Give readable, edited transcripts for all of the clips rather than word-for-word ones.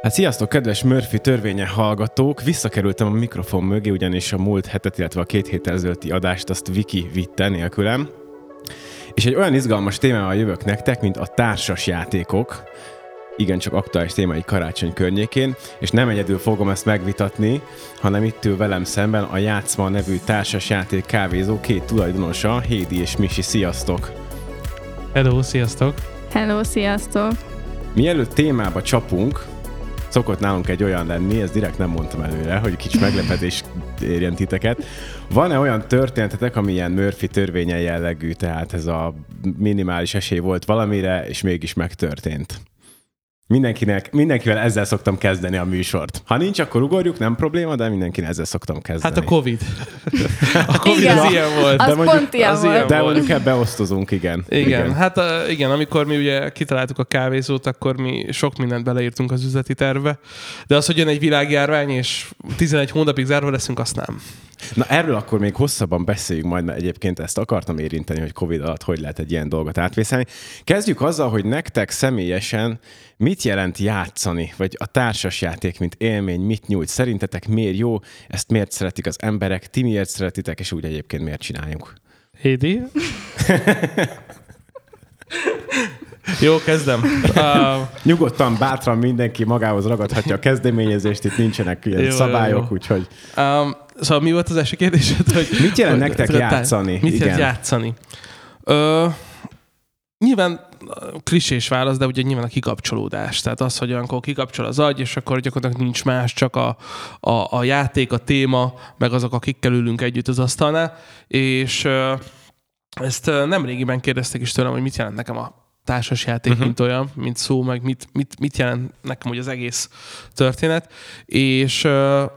Hát sziasztok, kedves Murphy törvénye hallgatók! Visszakerültem a mikrofon mögé, ugyanis a múlt hetet, illetve a 2 héttel ezelőtti adást azt Viki vitte nélkülem. És egy olyan izgalmas témával jövök nektek, mint a társas játékok. Igencsak aktuális téma egy karácsony környékén, és nem egyedül fogom ezt megvitatni, hanem itt ül velem szemben a Játszma nevű társasjáték kávézó 2 tulajdonosa, Hédi és Misi. Sziasztok! Hello, sziasztok! Hello, sziasztok! Mielőtt témába csapunk, szokott nálunk egy olyan lenni, ezt direkt nem mondtam előre, hogy kicsit meglepetés érjen titeket. Van-e olyan történetetek, ami ilyen Murphy törvénye jellegű, tehát ez a minimális esély volt valamire, és mégis megtörtént? Mindenkivel ezzel szoktam kezdeni a műsort. Ha nincs, akkor ugorjuk, nem probléma, de mindenkinek ezzel szoktam kezdeni. Hát a Covid. A Covid igen, az ilyen volt. Az pont ilyen volt. De mondjuk ebbe osztozunk, igen. Hát igen, amikor mi ugye kitaláltuk a kávézót, akkor mi sok mindent beleírtunk az üzleti tervbe. De az, hogy jön egy világjárvány, és 11 hónapig zárva leszünk, azt nem. Na erről akkor még hosszabban beszéljünk majd, mert egyébként ezt akartam érinteni, hogy Covid alatt hogy lehet egy ilyen dolgot átvészelni. Kezdjük azzal, hogy nektek személyesen mit jelent játszani, vagy a társasjáték, mint élmény, mit nyújt? Szerintetek miért jó? Ezt miért szeretik az emberek? Ti miért szeretitek, és úgy egyébként miért csináljuk? Hédi? Jó, kezdem. Nyugodtan, bátran mindenki magához ragadhatja a kezdeményezést, itt nincsenek ilyen szabályok, úgyhogy... Szóval mi volt az első kérdésed? Hogy, mit jelent nektek játszani? Mit jelent játszani? Nyilván klisés válasz, de ugye nyilván a kikapcsolódás. Tehát az, hogy olyankor kikapcsol az agy, és akkor gyakorlatilag nincs más, csak a játék, a téma, meg azok, akikkel ülünk együtt az asztalnál. És ezt nemrégiben kérdezték is tőlem, hogy mit jelent nekem a társasjáték, mint olyan, mint szó, meg mit jelent nekem hogy az egész történet. És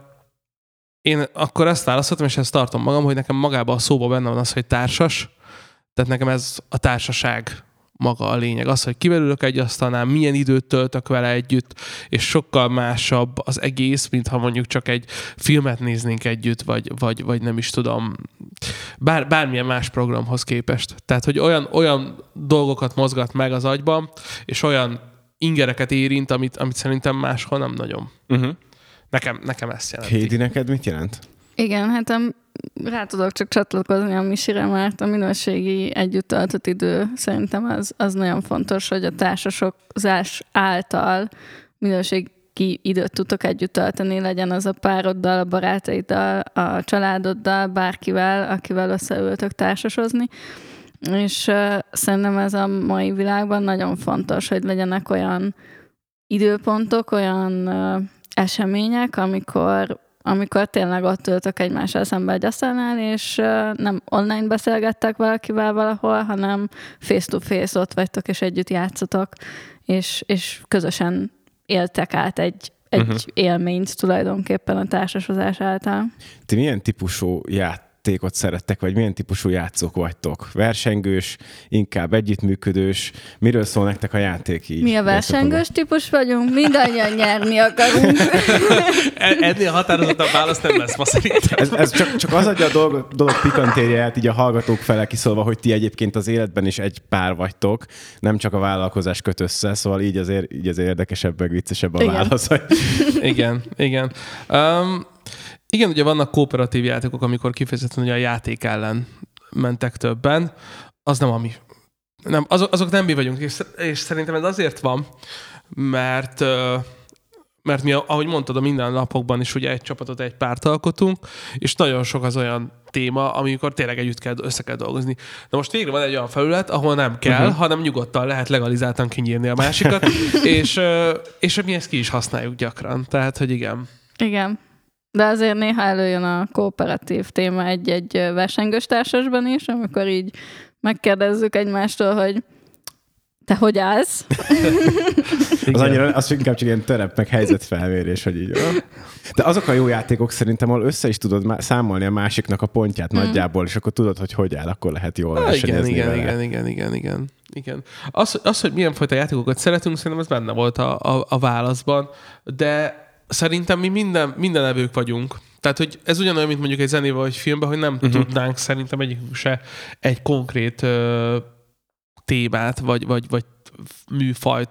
én akkor ezt választottam, és ezt tartom magam, hogy nekem magában a szóban benne van az, hogy társas, tehát nekem ez a társaság maga a lényeg. Az, hogy kivel ülök egy asztalnál, milyen időt töltök vele együtt, és sokkal másabb az egész, mint ha mondjuk csak egy filmet néznénk együtt, vagy nem is tudom, bármilyen más programhoz képest. Tehát, hogy olyan dolgokat mozgat meg az agyban, és olyan ingereket érint, amit szerintem máshol nem nagyon. Nekem ezt jelenti. Hédi, neked mit jelent? Igen, hát rá tudok csak csatlakozni a Misire, mert a minőségi együtt töltött idő szerintem az nagyon fontos, hogy a társasozás által minőségi időt tudtok együtt tölteni, legyen az a pároddal, a barátaiddal, a családoddal, bárkivel, akivel összeültök társasozni. És szerintem ez a mai világban nagyon fontos, hogy legyenek olyan időpontok, olyan események, amikor tényleg ott ültök egymással szembe egy asztalnál, és nem online beszélgettek valakivel valahol, hanem face-to-face ott vagytok, és együtt játszotok, és közösen éltek át egy élményt tulajdonképpen a társasozás által. Ti milyen típusú játékot szerettek, vagy milyen típusú játszók vagytok? Versengős, inkább együttműködős? Miről szól nektek a játék így? Mi a versengős típus vagyunk, mindannyian nyerni akarunk. Ennél határozottabb válasz nem lesz ma szerintem. Ez csak az adja a dolog pikantériáját így a hallgatók fele kiszólva, hogy ti egyébként az életben is egy pár vagytok, nem csak a vállalkozás köt össze, szóval így azért érdekesebb, meg viccesebb a válasz. Igen. Igen, ugye vannak kooperatív játékok, amikor kifejezetten ugye a játék ellen mentek többen. Az nem ami. Nem, azok nem mi vagyunk. És szerintem ez azért van, mert mi, ahogy mondtad, a mindennapokban is ugye egy csapatot, egy párt alkotunk, és nagyon sok az olyan téma, amikor tényleg együtt össze kell dolgozni. De most végre van egy olyan felület, ahol nem kell, hanem nyugodtan lehet legalizáltan kinyírni a másikat, és mi ezt ki is használjuk gyakran. Tehát, hogy igen. Igen. De azért néha előjön a kooperatív téma egy versengős társasban is, amikor így megkérdezzük egymástól, hogy te hogy állsz? Az inkább csak ilyen terep, meg helyzetfelmérés, hogy így. De azok a jó játékok szerintem, ahol össze is tudod számolni a másiknak a pontját nagyjából, és akkor tudod, hogy áll, akkor lehet jól versenyezni. Igen. Az, hogy milyen fajta játékokat szeretünk, szerintem ez benne volt a válaszban, de szerintem mi minden evők vagyunk. Tehát, hogy ez ugyanolyan, mint mondjuk egy zenével vagy filmben, hogy nem tudnánk szerintem egyikünk se egy konkrét témát, vagy műfajt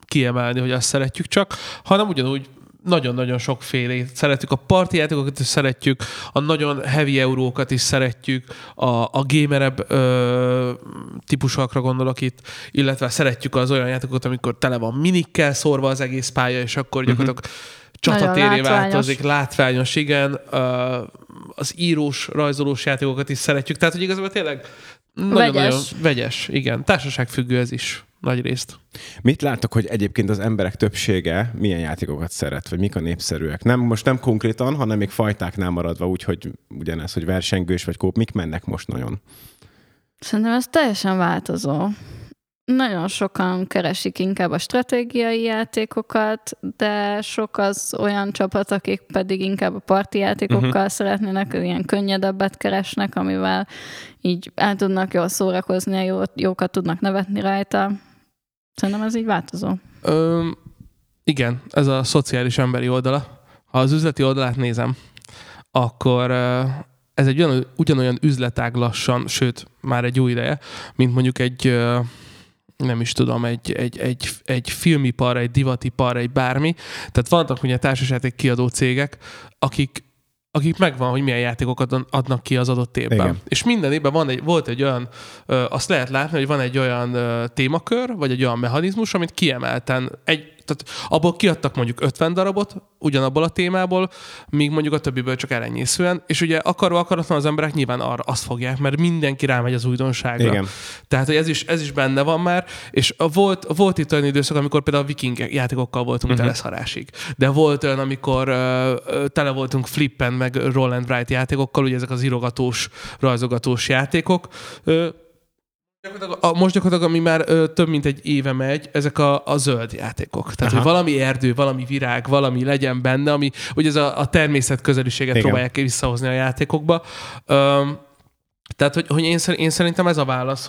kiemelni, hogy azt szeretjük csak, hanem ugyanúgy nagyon-nagyon sokfélét szeretjük. A parti játékokat is szeretjük, a nagyon heavy eurókat is szeretjük, a gamerebb típusokra gondolok itt, illetve szeretjük az olyan játékokat, amikor tele van minikkel szórva az egész pálya, és akkor gyakorlatilag csatatéré változik, látványos, igen. Az írós, rajzolós játékokat is szeretjük. Tehát, hogy igazából tényleg nagyon-nagyon vegyes. Igen, társaságfüggő ez is nagy részt. Mit láttok, hogy egyébként az emberek többsége milyen játékokat szeret, vagy mik a népszerűek? Most nem konkrétan, hanem még fajtáknál maradva, úgyhogy ugyanez, hogy versengős vagy kóp, mik mennek most nagyon? Szerintem ez teljesen változó. Nagyon sokan keresik inkább a stratégiai játékokat, de sok az olyan csapat, akik pedig inkább a parti játékokkal szeretnének, ilyen könnyedebbet keresnek, amivel így el tudnak jól szórakozni, jókat tudnak nevetni rajta. Szerintem ez így változó. Igen, ez a szociális emberi oldala. Ha az üzleti oldalát nézem, akkor ez egy ugyanolyan üzletág lassan, sőt, már egy jó ideje, mint mondjuk egy nem is tudom, egy filmipar, egy divatipar, egy bármi. Tehát vannak ugye társasjáték kiadó cégek, akik megvan, hogy milyen játékokat adnak ki az adott évben. Igen. És minden évben volt egy olyan, azt lehet látni, hogy van egy olyan témakör, vagy egy olyan mechanizmus, amit kiemelten tehát abból kiadtak mondjuk 50 darabot, ugyanabból a témából, míg mondjuk a többiből csak elenyészően, és ugye akaratlan az emberek nyilván arra azt fogják, mert mindenki rámegy az újdonságra. Igen. Tehát, hogy ez is benne van már, és volt itt olyan időszak, amikor például a viking játékokkal voltunk teleszarásig. De volt olyan, amikor tele voltunk flippen, meg roll and write játékokkal, ugye ezek az írogatós, rajzogatós játékok. Most gyakorlatilag, ami már több mint egy éve megy, ezek a zöld játékok. Tehát, hogy valami erdő, valami virág, valami legyen benne, ami ugye ez a természet közeliséget próbálják visszahozni a játékokba. Tehát, hogy én szerintem ez a válasz,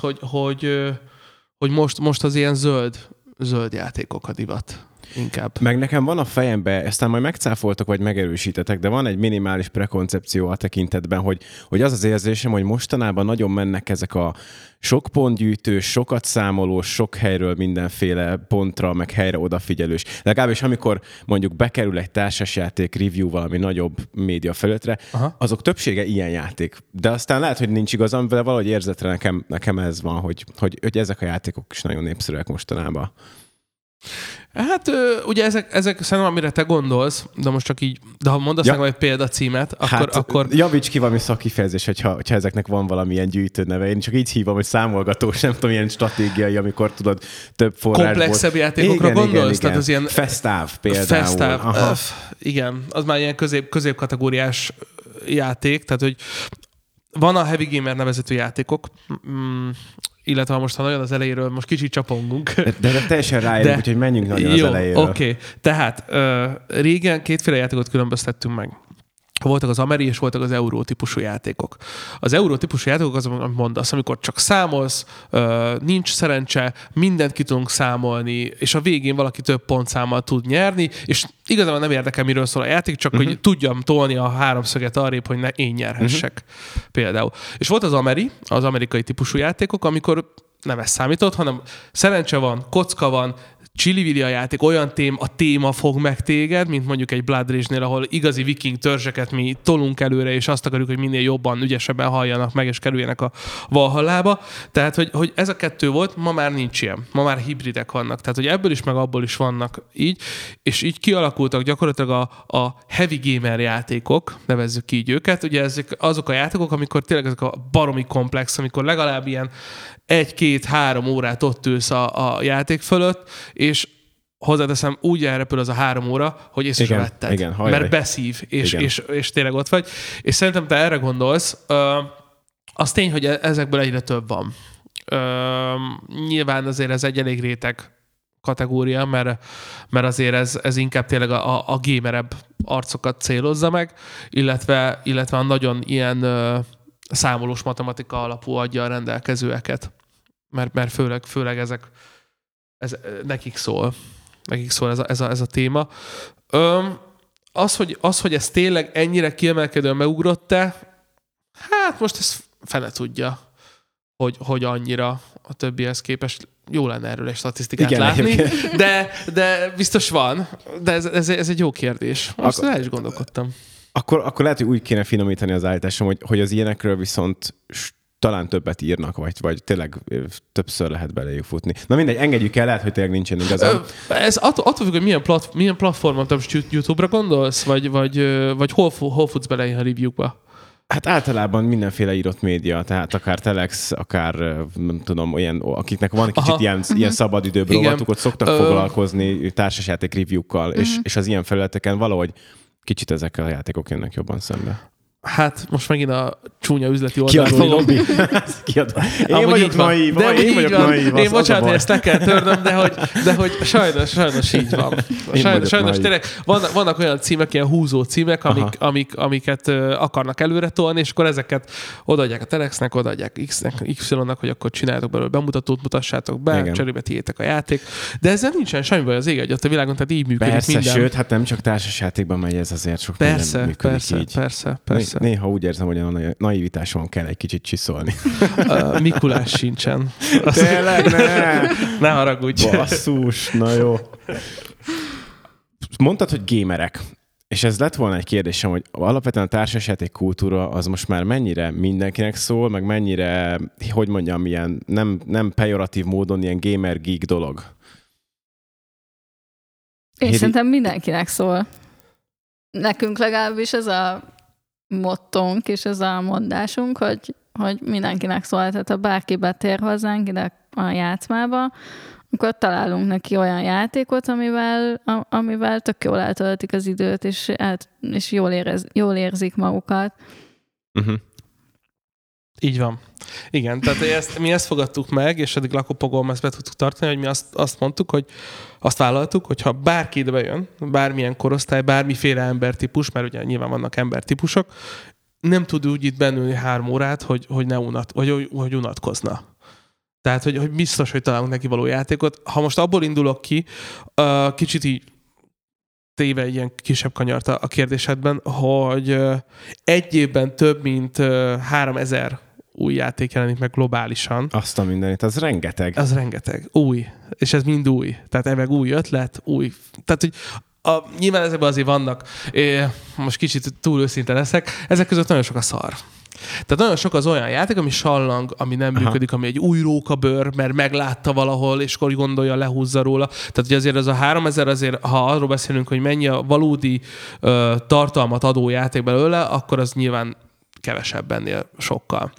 hogy most az ilyen zöld játékok a divat. Inkább. Meg nekem van a fejemben, aztán majd megcáfoltok, vagy megerősítetek, de van egy minimális prekoncepció a tekintetben, hogy az az érzésem, hogy mostanában nagyon mennek ezek a sok pontgyűjtős, sokat számolós, sok helyről mindenféle pontra, meg helyre odafigyelős. Legalábbis amikor mondjuk bekerül egy társasjáték review valami nagyobb média felületre, azok többsége ilyen játék. De aztán lehet, hogy nincs igazam, de valahogy érzetre nekem ez van, hogy ezek a játékok is nagyon népszerűek mostanában. Hát ugye ezek szerintem, amire te gondolsz, de most csak így, de ha mondasz meg egy példacímet, akkor... Javíts ki valami szakkifejezés, hogyha ezeknek van valamilyen gyűjtő neve. Én csak így hívom, hogy számolgatós, nem tudom, ilyen stratégiai, amikor tudod több forrásból... Komplexebb játékokra gondolsz? Igen. Tehát az ilyen... Festáv például. Igen, az már ilyen középkategóriás játék, tehát hogy van a Heavy Gamer nevezetű játékok, illetve most ha nagyon az elejéről, most kicsit csapongunk. De teljesen ráérünk, úgyhogy menjünk nagyon az elejéről. Oké. Tehát régen kétféle játékot különböztettünk meg. Voltak az ameri és voltak az euró típusú játékok. Az euró típusú játékok az, amit mondasz, amikor csak számolsz, nincs szerencse, mindent ki tudunk számolni, és a végén valaki több pontszámmal tud nyerni, és igazából nem érdekel, miről szól a játék, csak hogy tudjam tolni a háromszöget arrébb, hogy én nyerhessek például. És volt az amerikai típusú játékok, amikor nem ez számított, hanem szerencse van, kocka van, csili-vili a játék, olyan téma fog meg téged, mint mondjuk egy Blood Rage-nél, ahol igazi viking törzseket mi tolunk előre, és azt akarjuk, hogy minél jobban, ügyesebben halljanak meg, és kerüljenek a Valhallába. Tehát, hogy ez a kettő volt, ma már nincs ilyen. Ma már hibridek vannak. Tehát, hogy ebből is, meg abból is vannak így, és így kialakultak gyakorlatilag a heavy gamer játékok, nevezzük így őket. Ugye ezek azok a játékok, amikor tényleg ezek a baromi komplex, amikor legalább ilyen 1-2-3 órát ott ülsz a játék fölött, és hozzáteszem, úgy elrepül az a 3 óra, hogy észre sem vetted. Igen, mert beszív, és tényleg ott vagy. És szerintem te erre gondolsz. Az tény, hogy ezekből egyre több van. Nyilván azért ez egy elég réteg kategória, mert azért ez inkább tényleg a gamerebb arcokat célozza meg, illetve a nagyon ilyen számolós matematika alapú adja a rendelkezőeket. Mert főleg ez nekik szól. Nekik szól ez a téma. Az, hogy ez tényleg ennyire kiemelkedően megugrott-e, hát most ezt fene tudja, hogy annyira a többihez képest. jó lenne erről egy statisztikát igen, látni, de biztos van. De ez egy jó kérdés. Azt el is gondolkodtam. Akkor lehet, hogy úgy kéne finomítani az állításom, hogy az ilyenekről viszont talán többet írnak, vagy tényleg többször lehet beléjük futni. Na mindegy, engedjük el, lehet, hogy tényleg nincsen igazán. Ez attól függ, hogy milyen platformon, YouTube-ra gondolsz, vagy hol futsz bele ilyen review-ba? Hát általában mindenféle írott média, tehát akár Telex, akár nem tudom, olyan, akiknek van kicsit ilyen szabadidőbb rovatuk, ott szoktak foglalkozni társasjáték review-kkal, és az ilyen felületeken valahogy kicsit ezekkel a játékok jönnek jobban szembe. Hát most megint a csúnya üzleti oldalról lobby. Én vagyok naív. Én bocsánat, hogy ezt le kell törnöm, de hogy sajnos így van. Sajnos tényleg vannak olyan címek, ilyen húzó címek, amiket akarnak előre tolni, és akkor ezeket odaadják a Telexnek, odaadják Y-nak, hogy akkor csináljátok belőle bemutatót, mutassátok be, cserébe tiétek a játék. De ezzel nincsen semmi baj az ég egyet a világon, tehát így működik minden. Persze, sőt, hát nem csak társasjátékban megy ez azért sok minden működik így. Persze. Néha úgy érzem, hogy a naivitáson kell egy kicsit csiszolni. Mikulás sincsen. Tényleg, ne haragudj. Basszus, na jó. Mondtad, hogy gémerek. És ez lett volna egy kérdésem, hogy alapvetően a társasjáték kultúra az most már mennyire mindenkinek szól, meg mennyire, hogy mondjam, ilyen nem pejoratív módon ilyen gamer-geek dolog? Én szerintem mindenkinek szól. Nekünk legalábbis ez a mottónk és ez a mondásunk, hogy mindenkinek szól, tehát ha bárki betér hozzánk ide a játszmába, akkor találunk neki olyan játékot, amivel tök jól eltöltik az időt, és jól érzik magukat. Uh-huh. Így van. Igen, tehát mi ezt fogadtuk meg, és eddig lakopogom ezt be tudtuk tartani, hogy mi azt mondtuk, hogy azt vállaltuk, hogy ha bárki ide bejön, bármilyen korosztály, bármiféle embertípus, mert ugye nyilván vannak embertípusok, nem tud úgy itt bennülni 3 órát, hogy unatkozna. Tehát, hogy biztos, hogy találunk neki való játékot. Ha most abból indulok ki, kicsit így téve egy ilyen kisebb kanyart a kérdésedben, hogy egy évben több mint 3000 új játék jelenik meg globálisan. Azt a mindenit, az rengeteg. Az rengeteg. Új. És ez mind új. Tehát meg új ötlet, új. Tehát, hogy nyilván ezekben azért vannak, most kicsit túl őszinte leszek, ezek között nagyon sok a szar. Tehát nagyon sok az olyan játék, ami sallang, ami nem működik, ami egy új rókabőr, mert meglátta valahol, és akkor gondolja, lehúzza róla. Tehát ugye azért ez a 3000, azért, ha arról beszélünk, hogy mennyi a valódi tartalmat adó játék belőle, akkor az nyilván kevesebb ennél sokkal.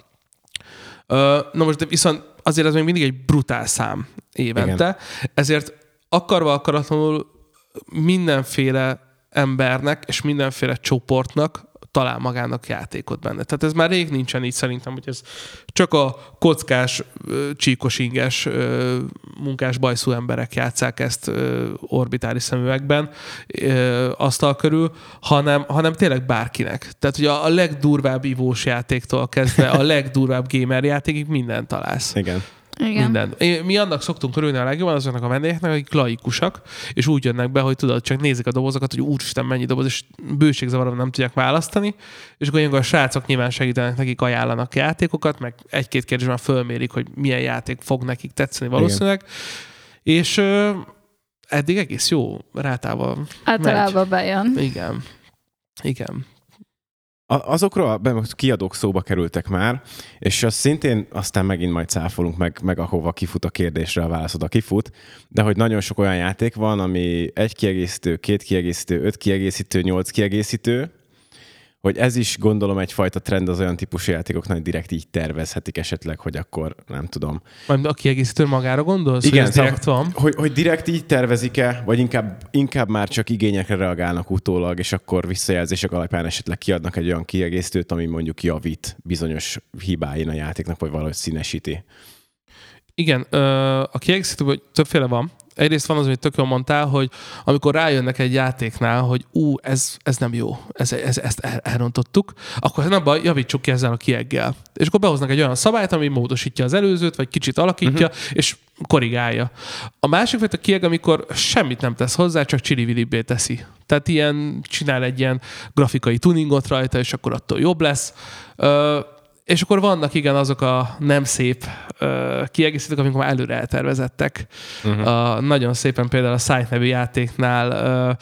Na most de viszont azért ez még mindig egy brutál szám évente, igen. Ezért akarva akaratlanul mindenféle embernek és mindenféle csoportnak talál magának játékot benne. Tehát ez már rég nincsen így szerintem, hogy ez csak a kockás, csíkos inges, munkás bajszú emberek játsszák ezt orbitális szemüvegben asztal körül, hanem tényleg bárkinek. Tehát ugye a legdurvább ivós játéktól kezdve a legdurvább gamer játékig mindent találsz. Igen. Minden. Mi annak szoktunk örülni a legjobban azoknak a vendégeknek, akik laikusak, és úgy jönnek be, hogy tudod, csak nézik a dobozokat, hogy úristen, mennyi doboz, és bőségzavaron nem tudják választani, és akkor ilyenkor a srácok nyilván segítenek nekik, ajánlanak játékokat, meg 1-2 kérdésben fölmérik, hogy milyen játék fog nekik tetszeni valószínűleg. Igen. És eddig egész jó rátával általában bejön. Igen. Azokról a kiadók szóba kerültek már, és az szintén aztán megint majd cáfolunk meg ahova kifut a kérdésre, a válaszod a kifut, de hogy nagyon sok olyan játék van, ami 1 kiegészítő, 2 kiegészítő, 5 kiegészítő, 8 kiegészítő, hogy ez is gondolom egyfajta trend az olyan típusú játékoknak, hogy direkt így tervezhetik esetleg, hogy akkor nem tudom. Majd a kiegészítő magára gondolsz? Igen, hogy direkt van? Hogy direkt így tervezik-e, vagy inkább már csak igényekre reagálnak utólag, és akkor visszajelzések alapján esetleg kiadnak egy olyan kiegészítőt, ami mondjuk javít bizonyos hibáin a játéknak, vagy valahogy színesíti. Igen, a kiegészítőből többféle van. Egyrészt van az, hogy tök jól mondtál, hogy amikor rájönnek egy játéknál, hogy ez nem jó, ezt elrontottuk, akkor nem baj, javítsuk ki ezzel a kieggel. És akkor behoznak egy olyan szabályt, ami módosítja az előzőt, vagy kicsit alakítja, és korrigálja. A másik fajta kieg, amikor semmit nem tesz hozzá, csak csili-vilibbé teszi. Tehát csinál egy ilyen grafikai tuningot rajta, és akkor attól jobb lesz. És akkor vannak igen azok a nem szép kiegészítők, amik már előre eltervezettek. Nagyon szépen például a Site nevű játéknál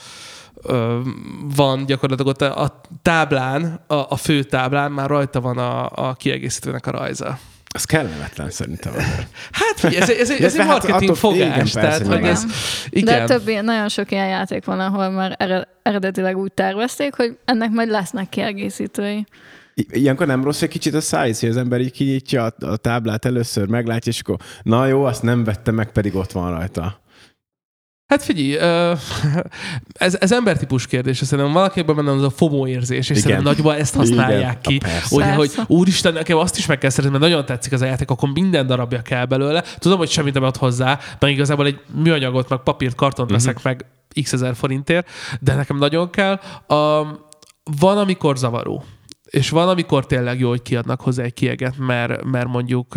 van gyakorlatilag ott a táblán, a fő táblán már rajta van a kiegészítőnek a rajza. Az kellemetlen szerintem. Hát ez egy marketing fogás. Tehát, hogy ez, igen. De nagyon sok ilyen játék van, ahol már eredetileg úgy tervezték, hogy ennek majd lesznek kiegészítői. Ilyenkor nem rossz egy kicsit a szájsz, hogy az ember így kinyitja a táblát először, meglátja, és akkor na jó, azt nem vettem meg, pedig ott van rajta. Hát figyelj, ez embertípus kérdés, szerintem valakiben benne az a FOMO érzés, és szerintem nagyban ezt használják ki. Ugye, hogy úristen, nekem azt is meg kell szeretni, mert nagyon tetszik ez a játék, akkor minden darabja kell belőle. Tudom, hogy semmit nem ad hozzá, de igazából egy műanyagot, meg papírt, kartont veszek meg x ezer forintért, de nekem nagyon kell. Van, amikor zavaró. És van, amikor tényleg jó, hogy kiadnak hozzá egy kieget, mert mondjuk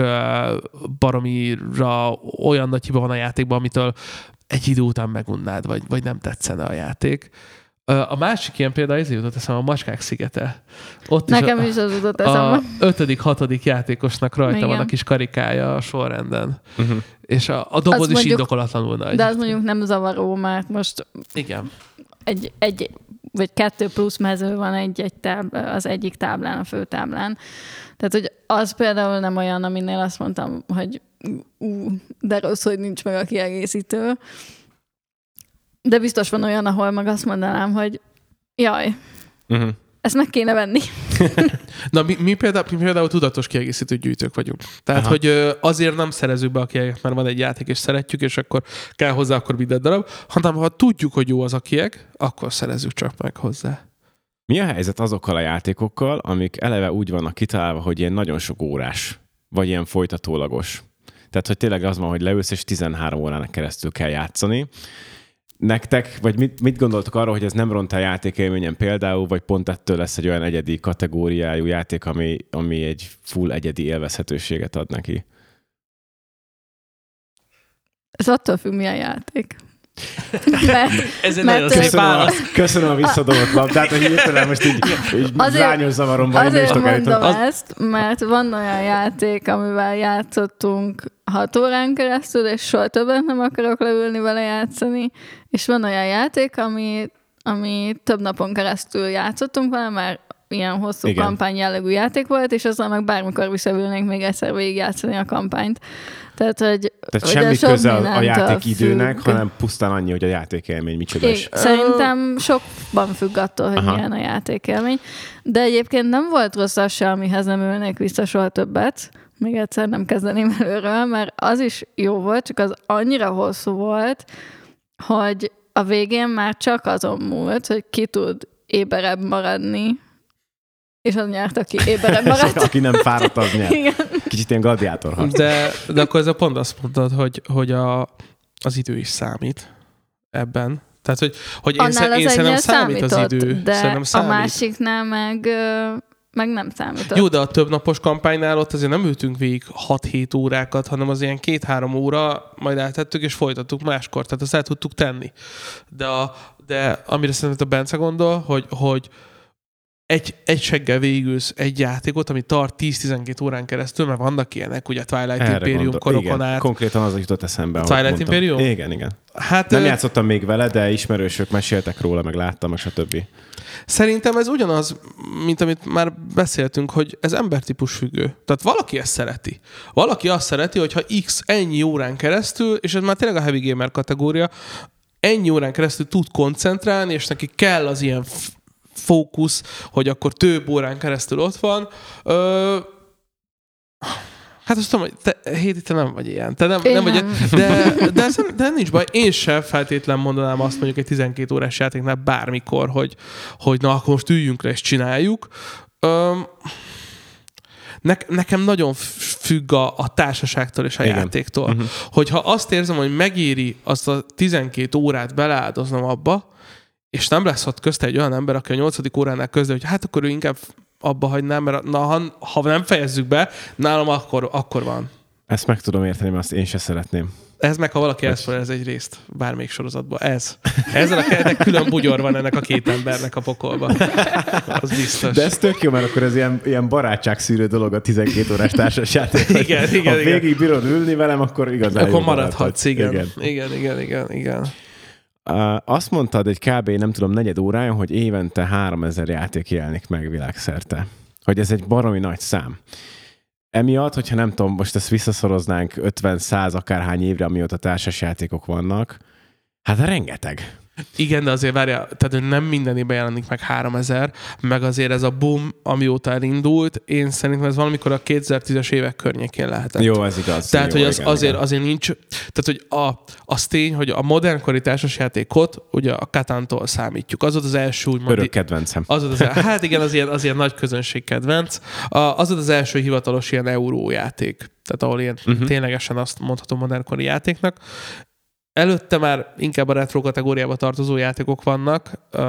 baromira olyan nagy hiba van a játékban, amitől egy idő után megunnád, vagy nem tetszene a játék. A másik ilyen példa, ezért jutott eszembe, a Macskák szigete. Ott nekem is az jutott eszembe. A 5.-6. játékosnak rajta van a kis karikája a sorrenden. És a doboz is indokolatlanul nagy. De az mondjuk nem zavaró, mert most igen. egy vagy 2 plusz mező van az egyik táblán, a főtáblán. Tehát, hogy az például nem olyan, aminél azt mondtam, hogy de rossz, hogy nincs meg a kiegészítő. De biztos van olyan, ahol meg azt mondanám, hogy jaj, ezt meg kéne venni. Na, mi például tudatos kiegészítő gyűjtők vagyunk. Tehát, hogy azért nem szerezzük be a kiegeket, mert van egy játék, és szeretjük, és akkor kell hozzá akkor minden darab, hanem ha tudjuk, hogy jó az a kieg, akkor szerezzük csak meg hozzá. Mi a helyzet azokkal a játékokkal, amik eleve úgy vannak kitalálva, hogy ilyen nagyon sok órás, vagy ilyen folytatólagos? Tehát, hogy tényleg az van, hogy leülsz, és 13 órának keresztül kell játszani. Nektek, vagy mit gondoltok arról, hogy ez nem ront a játékélményen például, vagy pont ettől lesz egy olyan egyedi kategóriájú játék, ami egy full egyedi élvezhetőséget ad neki? Ez attól függ, milyen játék. Ez egy nagyon szép válasz. Köszönöm a visszadobott labdát, hogy hirtelen most így zányos zavaromban. Azért mondom ezt, mert van olyan játék, amivel játszottunk 6 órán keresztül, és soha többet nem akarok leülni vele játszani, és van olyan játék, ami több napon keresztül játszottunk vele, mert ilyen hosszú kampány jellegű játék volt, és azzal meg bármikor visszaülnénk még egyszer végigjátszani a kampányt. Tehát semmi köze a játékidőnek, hanem pusztán annyi, hogy a játékélmény micsoda is. Szerintem sokban függ attól, hogy milyen a játékélmény. De egyébként nem volt rossz az se, amihez nem ülnék vissza soha többet. Még egyszer nem kezdeném előről, mert az is jó volt, csak az annyira hosszú volt, hogy a végén már csak azon múlt, hogy ki tud éberebb maradni, és az nyert, aki éberebb maradt. Aki nem fáradt, az nyert. Igen. Kicsit ilyen gladiátorharc. De akkor ez a pont azt mondtad, hogy az idő is számít ebben. Tehát, hogy én szerintem számít az idő. De a másiknál meg nem számított. Jó, de a több napos kampánynál ott azért nem ültünk végig 6-7 órákat, hanem az ilyen 2-3 óra, majd eltettük és folytattuk máskor. Tehát azt el tudtuk tenni. De amire szerintem a Bence gondol, hogy egy seggel végülsz egy játékot, ami tart 10-12 órán keresztül, mert vannak ilyenek, ugye Twilight Imperium korokon át. Konkrétan az jutott eszembe. Twilight Imperium? Igen. Hát, nem játszottam még vele, de ismerősök meséltek róla, meg láttam, meg stb. Szerintem ez ugyanaz, mint amit már beszéltünk, hogy ez embertípus függő. Tehát valaki ezt szereti. Valaki azt szereti, hogyha x ennyi órán keresztül, és ez már tényleg a heavy gamer kategória, ennyi órán keresztül tud koncentrálni, és neki kell az ilyen fókusz, hogy akkor több órán keresztül ott van. Hát azt tudom, hogy te nem vagy ilyen. Te nem vagy ilyen. De nincs baj. Én sem feltétlen mondanám azt mondjuk egy 12 órás játéknál bármikor, hogy na, akkor most üljünk le és csináljuk. Nekem nagyon függ a társaságtól és a játéktól. Hogyha azt érzem, hogy megéri azt a 12 órát beleáldoznom abba, és nem lesz ott közte egy olyan ember, aki a 8. óránál közül, hogy hát akkor ő inkább abba hagynám, mert ha nem fejezzük be, nálam akkor van. Ezt meg tudom érteni, mert azt én se szeretném. Ez meg, ha valaki ez egy részt bármelyik sorozatban. Ezzel a keretek külön bugyor van ennek a két embernek a pokolba. Az biztos. De ez tök jó, mert akkor ez ilyen barátságszűrő dolog a 12 órás társasjáték. Igen. Ha végig bírod ülni velem, akkor igazán akkor maradhatsz, igen. Azt mondtad egy kb. Nem tudom, 4 órája, hogy évente 3000 játék jelenik meg világszerte. Hogy ez egy baromi nagy szám. Emiatt, hogyha nem tudom, most ezt visszaszoroznánk 50-100 akárhány évre, amióta társasjátékok vannak, hát rengeteg. Igen, de azért várja, tehát nem minden évben jelenik meg 3000, meg azért ez a boom, amióta elindult, én szerintem ez valamikor a 2010-es évek környékén lehetett. Jó, ez igaz. Tehát, jó, hogy azért nincs, tehát, hogy az tény, hogy a modernkori társasjátékot ugye a Catantól számítjuk. Az volt az első úgymond... Örök kedvencem. Hát igen, az ilyen nagy közönség kedvenc. Az volt az első hivatalos ilyen eurójáték. Tehát ahol ilyen ténylegesen azt mondható modernkori játéknak. Előtte már inkább a retro kategóriába tartozó játékok vannak,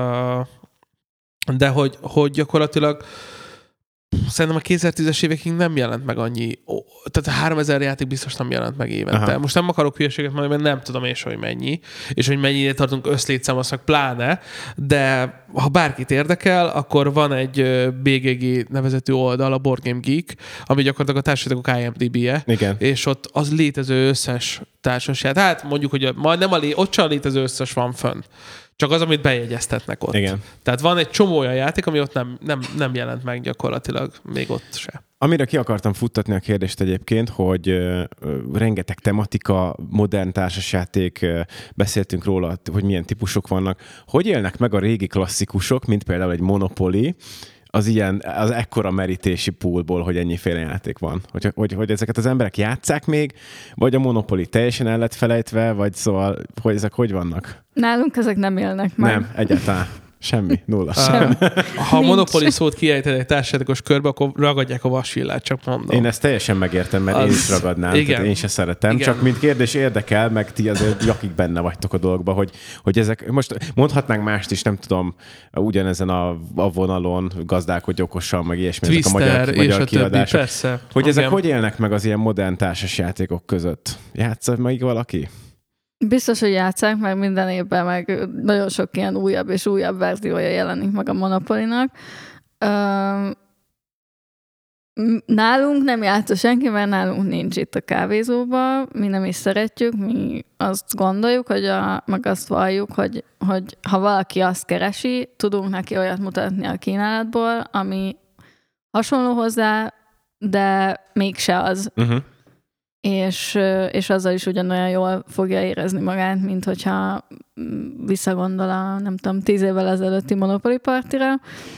de hogy gyakorlatilag szerintem a 2010-es évekig nem jelent meg annyi, tehát 3000 játék biztos nem jelent meg évente. Aha. Most nem akarok hülyeséget mondani, mert nem tudom és hogy mennyi, és hogy mennyire tartunk összlétszám, azt meg pláne, de ha bárkit érdekel, akkor van egy BGG nevezetű oldal, a Board Game Geek, ami gyakorlatilag a társasjátékok IMDb-je, igen. És ott az létező összes társasjáték. Hát mondjuk, hogy ott sem a létező összes van fönn. Csak az, amit bejegyeztetnek ott. Igen. Tehát van egy csomó olyan játék, ami ott nem jelent meg gyakorlatilag, még ott se. Amire ki akartam futtatni a kérdést egyébként, hogy rengeteg tematika, modern társasjáték, beszéltünk róla, hogy milyen típusok vannak. Hogy élnek meg a régi klasszikusok, mint például egy Monopoly, az ekkora merítési poolból, hogy ennyiféle játék van. Hogy ezeket az emberek játsszák még, vagy a Monopoly teljesen el lett felejtve, vagy szóval, hogy ezek hogy vannak? Nálunk ezek nem élnek meg. Nem, egyáltalán. Semmi, nulla. Ha a Monopoly szót kiejted egy társasjátékos körbe, akkor ragadják a vasvillát, csak mondom. Én ezt teljesen megértem, mert én is ragadnám, igen. Én se szeretem. Igen. Csak mint kérdés érdekel, meg ti azért jakik benne vagytok a dologba, hogy ezek, most mondhatnánk mást is, nem tudom, ugyanezen a vonalon gazdálkodj okosan, meg ilyesmi, Twister, ezek a magyar kiadások. Persze. Hogy ezek hogy élnek meg az ilyen modern társasjátékok között? Játsza meg valaki? Biztos, hogy játsszák, meg minden évben meg nagyon sok ilyen újabb és újabb verziója jelenik meg a Monopolynak. Nálunk nem játsza senki, mert nálunk nincs itt a kávézóban, mi nem is szeretjük, mi azt gondoljuk, meg azt valljuk, hogy ha valaki azt keresi, tudunk neki olyat mutatni a kínálatból, ami hasonló hozzá, de mégse az. És azzal is ugyanolyan jól fogja érezni magát, mint hogyha visszagondol a, nem tudom, 10 évvel ezelőtti Monopoly partira.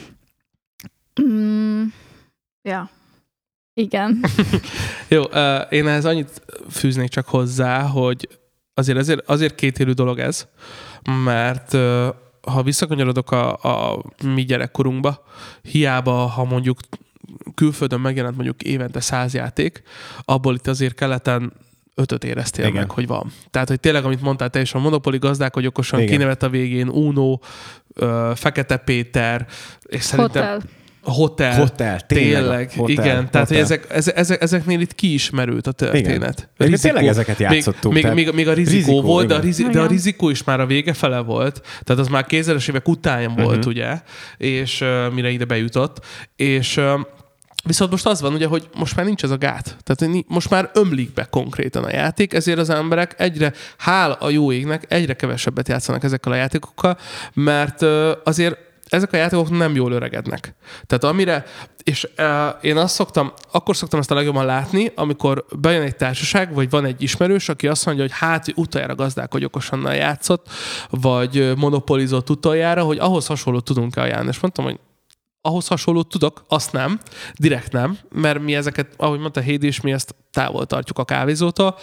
Ja. Igen. Jó, én ehhez annyit fűznék csak hozzá, hogy azért kétélű dolog ez, mert ha visszakanyarodok a mi gyerekkorunkba, hiába, ha mondjuk külföldön megjelent mondjuk évente 100 játék, abból itt azért keleten 5-öt éreztél meg, hogy van. Tehát, hogy tényleg, amit mondtál te is, a Monopoly gazdálkodj okosan, kinevet a végén, Uno, Fekete Péter, és szerintem... Hotel, tényleg. Hotel, igen. Tehát, hogy ezeknél itt kiismerült a történet. Tényleg ezeket játszottuk. Még a rizikó volt, de a rizikó is már a vége fele volt. Tehát az már 2000-es évek után volt, ugye, és mire ide bejutott. És viszont most az van, ugye, hogy most már nincs ez a gát. Tehát most már ömlik be konkrétan a játék, ezért az emberek hál a jó égnek, egyre kevesebbet játszanak ezekkel a játékokkal, mert azért ezek a játékok nem jól öregednek. Tehát és én akkor szoktam ezt a legjobban látni, amikor bejön egy társaság, vagy van egy ismerős, aki azt mondja, hogy hát utoljára gazdálkodj okosannal játszott, vagy monopolizott utoljára, hogy ahhoz hasonlót tudunk ajánlani. És mondtam, hogy ahhoz hasonlót tudok, azt nem, direkt nem, mert mi ezeket, ahogy mondta Hédi is, mi ezt távol tartjuk a kávézótól.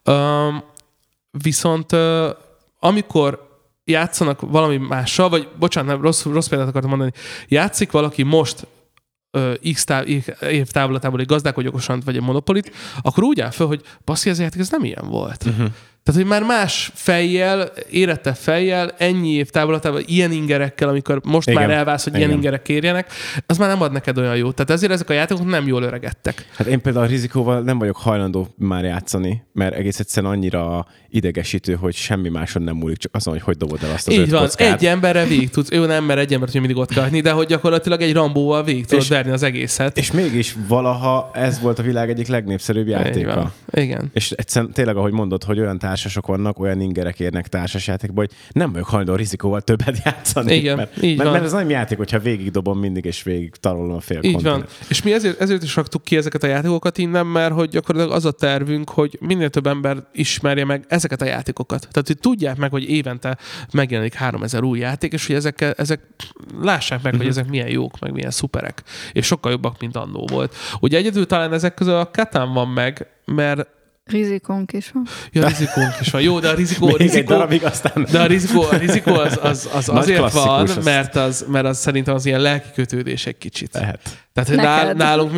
Viszont amikor játszanak valami mással, vagy bocsánat, rossz példát akartam mondani, játszik valaki most X év távlatából egy gazdálkodj okosan, vagy egy Monopolyt, akkor úgy áll föl, hogy basszi, ez a játék, ez nem ilyen volt. Tehát, hogy már más fejjel, érettebb fejjel, ennyi év távlatában, ilyen ingerekkel, amikor most Igen. már elválsz, hogy ilyen ingerek kérjenek, az már nem ad neked olyan jót. Tehát ezért ezek a játékok nem jól öregedtek. Hát én például a rizikóval nem vagyok hajlandó már játszani, mert egész egyszerűen annyira idegesítő, hogy semmi máson nem múlik, csak azon, hogy dobod el azt az Így 5 van, kockát. egy emberre végig tudsz, jó nem, mert egy embert mindig ott kell hagyni, de hogy gyakorlatilag egy Rambóval végig tudod verni az egészet. És mégis valaha ez volt a világ egyik legnépszerűbb játéka. Igen. És egyszerűen tényleg, ahogy mondod, hogy olyan társasok vannak, olyan ingerek érnek társasjátékba, hogy nem vagyok hajlandó a rizikóval többet játszani. Igen, mert ez nem játék, hogyha végig dobom mindig, és végig tarolom a fél Így kontinent. van. És mi ezért is raktuk ki ezeket a játékokat innen, mert hogy gyakorlatilag az a tervünk, hogy minél több ember ismerje meg ezeket a játékokat. Tehát, hogy tudják meg, hogy évente megjelenik 3000 új játék, és hogy ezek lássák meg, hogy ezek milyen jók, meg milyen szuperek. És sokkal jobbak, mint annó volt. Ugye egyedül talán ezek közül a Catan van meg, mert Rizikónk is van. ja, rizikónk is van. Jó, de a rizikó az azért van, az. mert az szerintem az ilyen lelki kötődés egy kicsit. Lehet. Tehát, hogy nálunk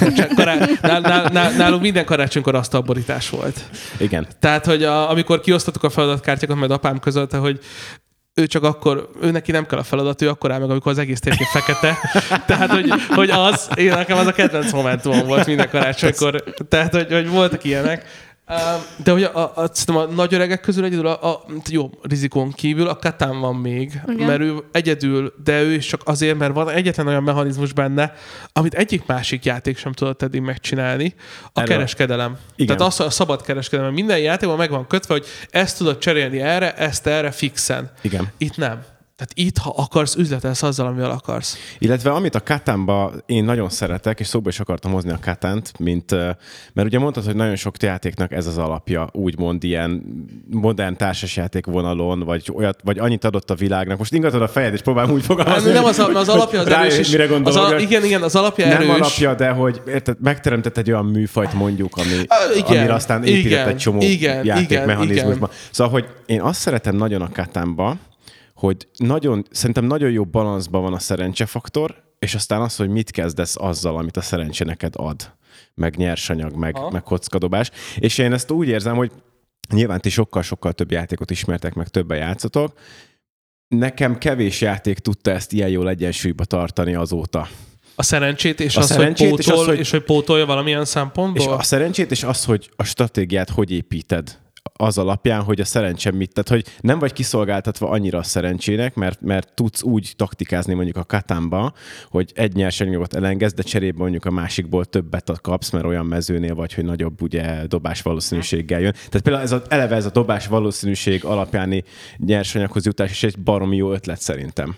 minden karácsonykor asztalborítás volt. Igen. Tehát, hogy amikor kiosztottuk a feladatkártyákat, majd apám közölte, hogy ő csak akkor, ő neki nem kell a feladat, ő akkor áll meg, amikor az egész térkép fekete. Tehát, hogy nekem az a kedvenc momentumom volt minden karácsonykor. Tehát, hogy voltak ilyenek. De hogy szerintem a nagy öregek közül egyedül jó, rizikón kívül a Catan van még, igen. Mert ő egyedül, de ő is csak azért, mert van egyetlen olyan mechanizmus benne, amit egyik-másik játék sem tudott eddig megcsinálni, a kereskedelem. Igen. Tehát a szabad kereskedelem. Minden játékban meg van kötve, hogy ezt tudod cserélni erre, ezt erre fixen. Igen. Itt nem. Tehát itt, ha akarsz, üzletelsz azzal, amivel akarsz. Illetve amit a Catanba én nagyon szeretek, és szóba is akartam hozni a Catant, mert ugye mondtad, hogy nagyon sok játéknak ez az alapja, úgymond ilyen modern társasjáték vonalon, vagy annyit adott a világnak. Most ingatod a fejed, és próbálom úgy fogalmazni. Nem, az alapja az erős is. Mire gondolok? Igen, az alapja erős. Nem alapja, de hogy érted, megteremtett egy olyan műfajt mondjuk, amire aztán épített egy csomó játékmechanizmusba. Szóval, hogy én azt szeretem nagyon a Catanba, hogy szerintem nagyon jó balanszban van a szerencsefaktor, és aztán az, hogy mit kezdesz azzal, amit a szerencse neked ad, meg nyersanyag, meg kockadobás. És én ezt úgy érzem, hogy nyilván ti sokkal-sokkal több játékot ismertek, meg többen játszotok. Nekem kevés játék tudta ezt ilyen jól egyensúlyba tartani azóta. A szerencsét, és hogy pótolja valamilyen szempontból? És a szerencsét, és az, hogy a stratégiát hogy építed az alapján, hogy a szerencse mit. Tehát, hogy nem vagy kiszolgáltatva annyira a szerencsének, mert tudsz úgy taktikázni mondjuk a Catanba, hogy egy nyersanyagot elengedsz, de cserébe mondjuk a másikból többet kapsz, mert olyan mezőnél vagy, hogy nagyobb ugye dobás valószínűséggel jön. Tehát például eleve ez a dobás valószínűség alapjáni nyersanyaghoz jutás is egy baromi jó ötlet szerintem.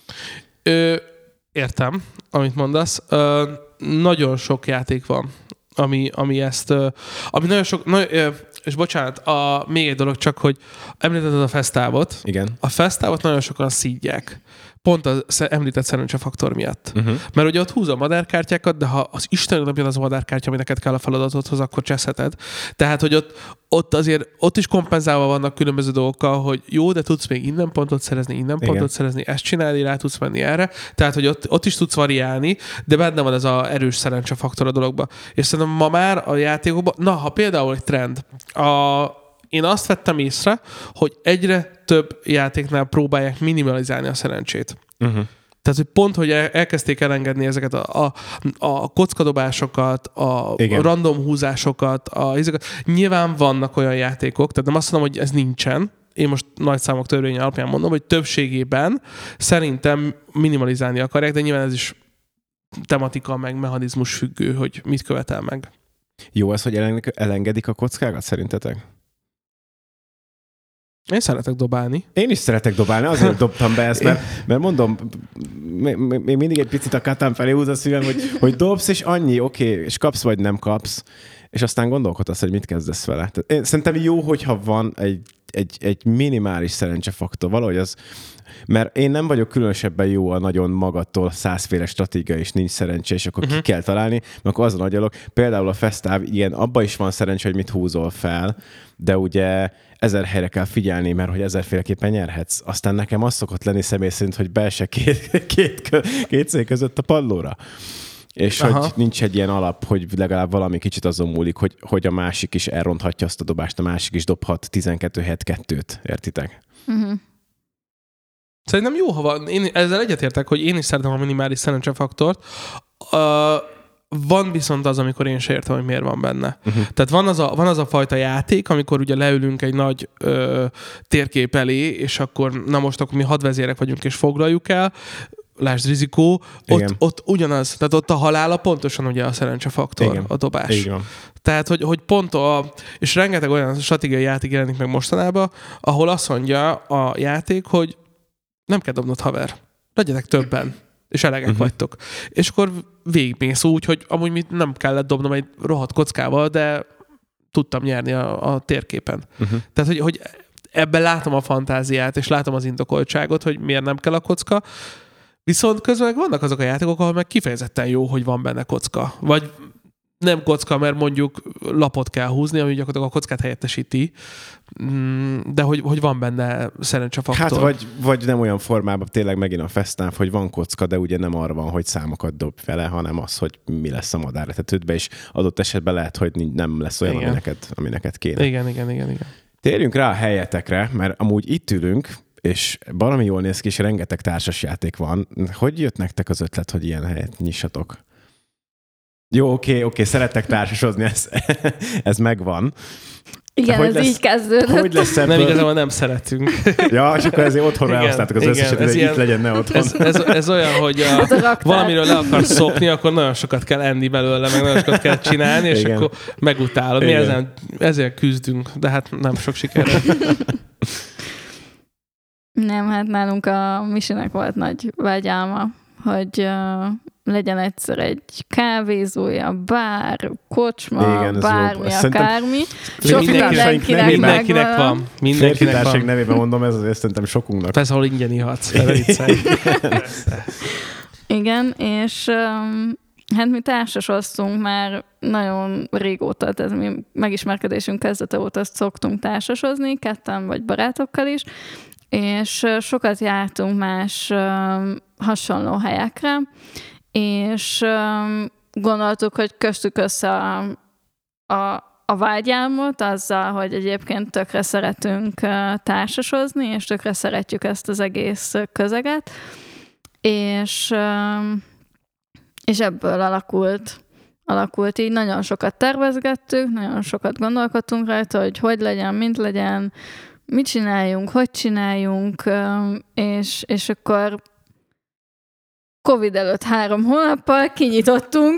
Értem, amit mondasz. Nagyon sok játék van, ami ezt... Ami nagyon sok... És bocsánat, még egy dolog csak, hogy említetted a Festávot. Igen. A Festávot nagyon sokan szídják. Pont az említett szerencsefaktor miatt. Mert ugye ott húz a madárkártyákat, de ha az Istennek jön az a madárkártya, ami neked kell a feladatodhoz, akkor cseszheted. Tehát, hogy ott is kompenzálva vannak különböző dolgokkal, hogy jó, de tudsz még innen pontot szerezni, pontot szerezni, ezt csinálni, rá tudsz menni erre. Tehát, hogy ott is tudsz variálni, de benne van ez az erős szerencsefaktor a dologba. És szerintem ma már a játékokban, ha például egy trend, én azt vettem észre, hogy egyre több játéknál próbálják minimalizálni a szerencsét. Tehát, hogy pont, hogy elkezdték elengedni ezeket a kockadobásokat, a random húzásokat, nyilván vannak olyan játékok, tehát nem azt mondom, hogy ez nincsen, én most nagy számok törvénye alapján mondom, hogy többségében szerintem minimalizálni akarják, de nyilván ez is tematika meg mechanizmus függő, hogy mit követel meg. Jó ez, hogy elengedik a kockákat szerintetek? Én szeretek dobálni. Én is szeretek dobálni, azért dobtam be ezt, mert mondom, még mindig egy picit a Catan felé húz a szívem, hogy dobsz, és annyi, oké, és kapsz vagy nem kapsz, és aztán gondolkodsz, hogy mit kezdesz vele. Tehát én szerintem jó, hogyha van egy minimális szerencsefaktor, valahogy az, mert én nem vagyok különösebben jó a nagyon magattól 100-féle stratégia, és nincs szerencse, és akkor ki kell találni, mert akkor azon agyalok. Például a Festáv, igen, abban is van szerencse, hogy mit húzol fel, de ugye 1000 helyre kell figyelni, mert hogy 1000-féleképpen nyerhetsz. Aztán nekem az szokott lenni személy szerint, hogy be se két szék között a padlóra. és hogy nincs egy ilyen alap, hogy legalább valami kicsit azon múlik, hogy a másik is elronthatja azt a dobást, a másik is dobhat 12 helyett 2-t, értitek? Szerintem jó, ha van. Én ezzel egyetértek, hogy én is szeretem a minimális szerencsefaktort. Van viszont az, amikor én se értem, hogy miért van benne. Tehát van az a fajta játék, amikor ugye leülünk egy nagy térkép elé, és akkor mi hadvezérek vagyunk, és foglaljuk el, lásd rizikó, ott ugyanaz, tehát ott a halála pontosan ugye a szerencsefaktor, igen, a dobás. Igen. Tehát, hogy pont és rengeteg olyan stratégiai játék jelenik meg mostanában, ahol azt mondja a játék, hogy nem kell dobnod, haver. Legyetek többen, és elegek vagytok. És akkor végigmész úgy, hogy amúgy nem kellett dobnom egy rohadt kockával, de tudtam nyerni a térképen. Tehát, hogy ebben látom a fantáziát, és látom az indokoltságot, hogy miért nem kell a kocka. Viszont közben vannak azok a játékok, ahol meg kifejezetten jó, hogy van benne kocka. Vagy nem kocka, mert mondjuk lapot kell húzni, ami gyakorlatilag a kockát helyettesíti, de hogy van benne szerencsefaktor. Hát vagy nem olyan formában, tényleg megint a fesztáv, hogy van kocka, de ugye nem arra van, hogy számokat dob vele, hanem az, hogy mi lesz a madáretetődbe, és adott esetben lehet, hogy nem lesz olyan, ami neked kéne. Igen. Térjünk rá a helyetekre, mert amúgy itt ülünk, és baromi jól néz ki, és rengeteg társasjáték van. Hogy jött nektek az ötlet, hogy ilyen helyet nyissatok? Jó, oké, szerettek társasozni, ez megvan. Igen, ez így kezdődött. Hogy lesz ebből? Nem, igazából nem szeretünk. Ja, és akkor ezért otthonra elhoztátok az összeset, hogy itt legyen, ne otthon. Ez olyan, hogy valamiről le akarsz szokni, akkor nagyon sokat kell enni belőle, meg nagyon sokat kell csinálni, és akkor megutálod. Mi ezért küzdünk, de hát nem sok sikerrel. Nem, hát nálunk a Misinek volt nagy vágyálma, hogy legyen egyszer egy kávézója, bár, kocsma, bármi, akármi. Sok mindenkinek van. Mindenkinek nevében mondom, ez azért szerintem sokunknak. Persze, ahol ingyen ihatsz. Igen, és hát mi társasoztunk már nagyon régóta, tehát mi megismerkedésünk kezdete óta azt szoktunk társasozni, ketten vagy barátokkal is, és sokat jártunk más hasonló helyekre, és gondoltuk, hogy köztük össze a vágyálmot azzal, hogy egyébként tökre szeretünk társasozni, és tökre szeretjük ezt az egész közeget, és ebből alakult így. Nagyon sokat tervezgettük, nagyon sokat gondolkodtunk rajta, hogy legyen, mint legyen, mit csináljunk, hogy csináljunk, és akkor Covid előtt 3 hónappal kinyitottunk.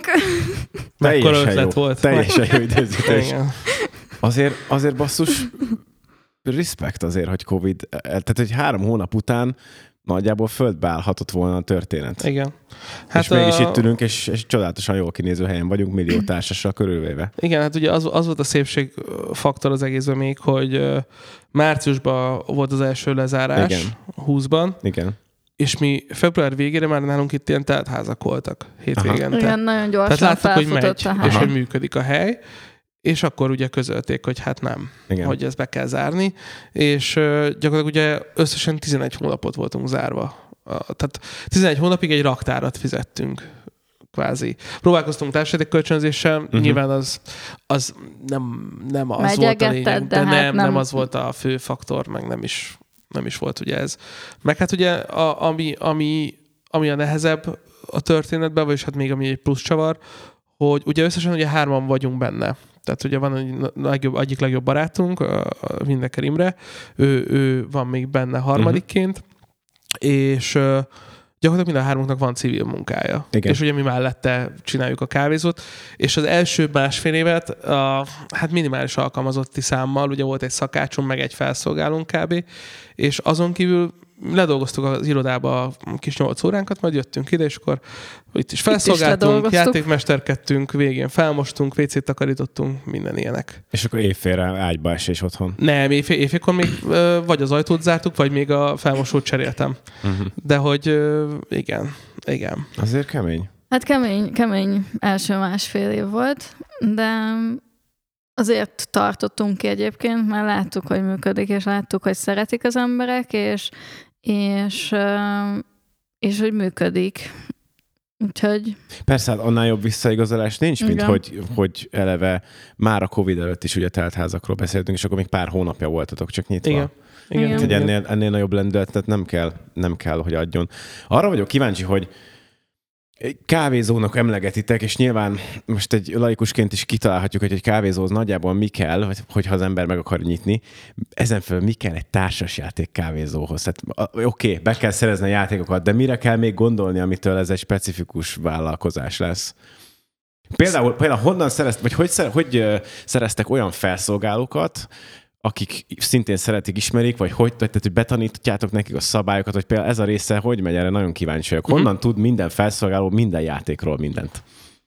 Teljesen jó időzítés. Azért basszus, respekt azért, hogy Covid, tehát hogy 3 hónap után nagyjából földbe állhatott volna a történet. Igen. Hát és mégis itt ülünk, és csodálatosan jól kinéző helyen vagyunk, millió társassal körülvéve. Igen, hát ugye az volt a szépség faktor az egészben még, hogy márciusban volt az első lezárás, igen. 20-ban. Igen. És mi február végére már nálunk itt ilyen teltházak voltak hétvégente. Igen, nagyon gyorsan felfutott a hely. És hogy működik a hely. És akkor ugye közölték, hogy hát nem, igen. hogy ezt be kell zárni. És gyakorlatilag ugye összesen 11 hónapot voltunk zárva. Tehát 11 hónapig egy raktárat fizettünk, kvázi. Próbálkoztunk társasági kölcsönzéssel, nyilván az nem az volt a lényeg, de hát nem az volt a fő faktor, meg nem is volt ugye ez. Meg hát ugye ami a nehezebb a történetben, vagyis hát még ami egy plusz csavar, hogy ugye összesen ugye 3-an vagyunk benne. Tehát ugye van egyik legjobb barátunk, a Windecker Imre, ő van még benne harmadikként, és gyakorlatilag mind a 3-unknak van civil munkája. Igen. És ugye mi mellette csináljuk a kávézót, és az első 1,5 évet hát minimális alkalmazotti számmal, ugye volt egy szakácsunk, meg egy felszolgálónk kb. És azon kívül ledolgoztuk az irodába a kis 8 óránkat, majd jöttünk ide, és akkor itt is felszolgáltunk, játékmesterkedtünk, végén felmostunk, WC-t takarítottunk, minden ilyenek. És akkor éjfélre ágyba esés otthon? Nem, éjfélkor még vagy az ajtót zártuk, vagy még a felmosót cseréltem. De hogy igen. Azért kemény. Hát kemény első 1,5 év volt, de azért tartottunk ki egyébként, mert láttuk, hogy működik, és láttuk, hogy szeretik az emberek, és hogy működik. Úgyhogy... Persze, hát annál jobb visszaigazolás nincs, mint hogy eleve már a Covid előtt is ugye teltházakról beszéltünk, és akkor még pár hónapja voltatok csak nyitva. Igen. Hogy ennél nagyobb lendületet nem kell, hogy adjon. Arra vagyok kíváncsi, hogy kávézónak emlegetitek, és nyilván most egy laikusként is kitalálhatjuk, hogy egy kávézóhoz nagyjából mi kell, hogyha az ember meg akar nyitni. Ezen felül mi kell egy társasjáték kávézóhoz? Tehát oké, be kell szerezni a játékokat, de mire kell még gondolni, amitől ez egy specifikus vállalkozás lesz? Például honnan szereztek, vagy hogy szereztek olyan felszolgálókat, akik szintén szeretik, ismerik, vagy hogy betanítjátok nekik a szabályokat, vagy például ez a része hogy megy, erre nagyon kíváncsi vagyok. Honnan tud minden felszolgáló minden játékról mindent?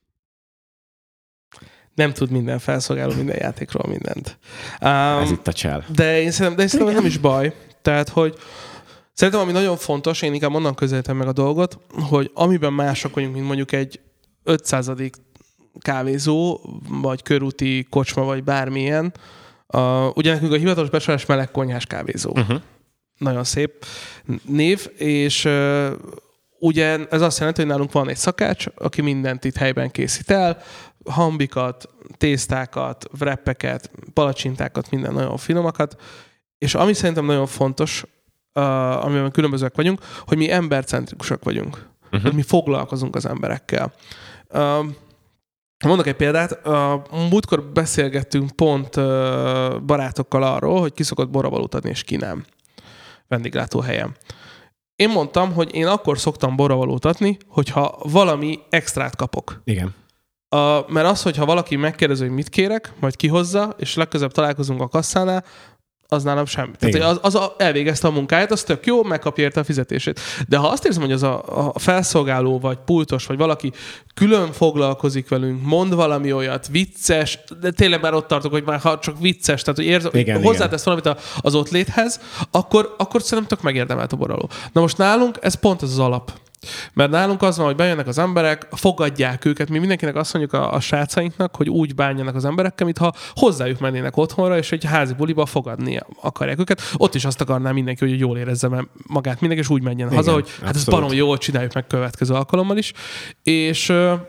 Nem tud minden felszolgáló minden játékról mindent. Ez itt a csel. De én szerintem ez nem is baj. Tehát, hogy szerintem, ami nagyon fontos, én inkább onnan közelítem meg a dolgot, hogy amiben mások vagyunk, mint mondjuk egy 500. kávézó, vagy körúti kocsma, vagy bármilyen, ugye nekünk a hivatalos besorolás meleg konyhás kávézó. Nagyon szép név, és ugye ez azt jelenti, hogy nálunk van egy szakács, aki mindent itt helyben készít el, hambikat, tésztákat, wrappeket, palacsintákat, minden nagyon finomakat, és ami szerintem nagyon fontos, amiben különbözőek vagyunk, hogy mi embercentrikusak vagyunk. Hogy mi foglalkozunk az emberekkel. Mondok egy példát. Múltkor beszélgettünk pont barátokkal arról, hogy ki szokott borravalót adni, és ki nem. Vendéglátóhelyen. Én mondtam, hogy én akkor szoktam borravalót adni, hogyha valami extrát kapok. Igen. Mert az, hogyha valaki megkérdezi, hogy mit kérek, majd kihozza, és legközelebb találkozunk a kasszánál, az nálam semmi. Tehát elvégezte a munkáját, az tök jó, megkapja érte a fizetését. De ha azt érzem, hogy az a felszolgáló, vagy pultos, vagy valaki külön foglalkozik velünk, mond valami olyat, vicces, de tényleg már ott tartok, hogy már ha csak vicces, tehát hogy érzem, hozzátesz valamit az ott léthez, akkor szerintem tök megérdemelt a borraló. Na most nálunk ez pont az alap. Mert nálunk az van, hogy bejönnek az emberek, fogadják őket, mi mindenkinek azt mondjuk a srácainknak, hogy úgy bánjanak az emberekkel, mintha hozzájuk mennének otthonra, és egy házi buliba fogadni akarják őket. Ott is azt akarná mindenki, hogy jól érezze magát mindenki, és úgy menjen haza, hogy hát ez barom jól csináljuk meg következő alkalommal is. És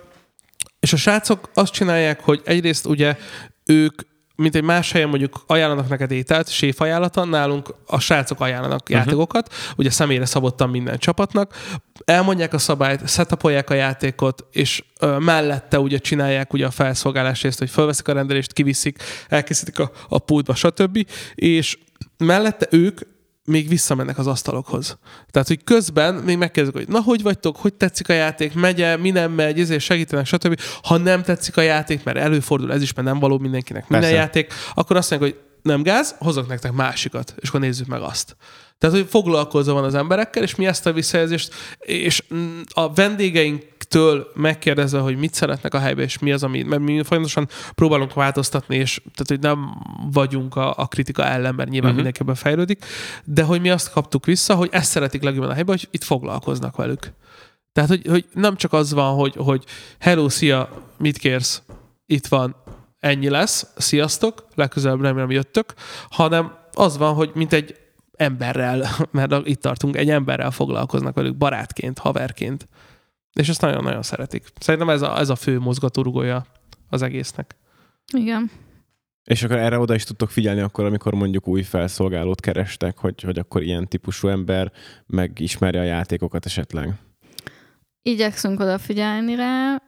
a srácok azt csinálják, hogy egyrészt ugye ők mint egy más helyen mondjuk ajánlanak neked ételt, séfajánlata, nálunk a srácok ajánlanak játékokat, ugye személyre szabottan minden csapatnak, elmondják a szabályt, setupolják a játékot, és mellette ugye csinálják ugye a felszolgálás részt, hogy felveszik a rendelést, kiviszik, elkészítik a pultba, stb. És mellette ők még visszamennek az asztalokhoz. Tehát, hogy közben még megkérdezik, hogy na, hogy vagytok, hogy tetszik a játék, megy-e, mi nem megy, ezért segítenek, stb. Ha nem tetszik a játék, mert előfordul ez is, mert nem való mindenkinek minden játék, akkor azt mondják, hogy nem gáz, hozok nektek másikat, és akkor nézzük meg azt. Tehát, hogy foglalkozva van az emberekkel, és mi ezt a visszajelzést, és a vendégeinktől megkérdezve, hogy mit szeretnek a helyben, és mi az, ami, mert mi folyamatosan próbálunk változtatni, és tehát, hogy nem vagyunk a kritika ellen, mert nyilván mindenki ebben fejlődik, de hogy mi azt kaptuk vissza, hogy ezt szeretik legjobban a helyben, hogy itt foglalkoznak velük. Tehát, hogy nem csak az van, hogy hello, szia, mit kérsz, itt van, ennyi lesz, sziasztok, legközelebb remélem jöttök, hanem az van, hogy mint egy emberrel, mert itt tartunk, egy emberrel foglalkoznak velük, barátként, haverként. És ezt nagyon-nagyon szeretik. Szerintem ez a fő mozgatórugója az egésznek. Igen. És akkor erre oda is tudtok figyelni akkor, amikor mondjuk új felszolgálót kerestek, hogy akkor ilyen típusú ember megismerje a játékokat esetleg? Igyekszünk odafigyelni rá,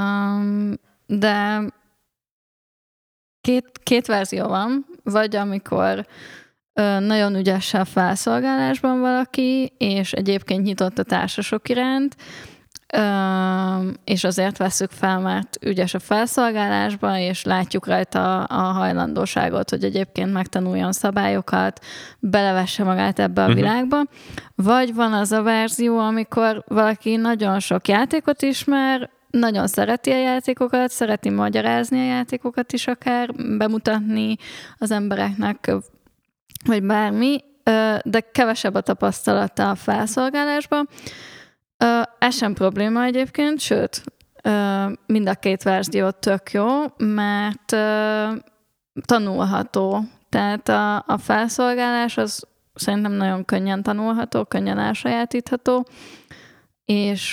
de két verzió van. Vagy amikor nagyon ügyes a felszolgálásban valaki, és egyébként nyitott a társasok iránt, és azért veszük fel, mert ügyes a felszolgálásban, és látjuk rajta a hajlandóságot, hogy egyébként megtanuljon szabályokat, belevesse magát ebbe a világba. Vagy van az a verzió, amikor valaki nagyon sok játékot ismer, nagyon szereti a játékokat, szereti magyarázni a játékokat is akár, bemutatni az embereknek, vagy bármi, de kevesebb a tapasztalata a felszolgálásban. Ez sem probléma egyébként, sőt, mind a két verzió tök jó, mert tanulható. Tehát a felszolgálás az szerintem nagyon könnyen tanulható, könnyen elsajátítható, és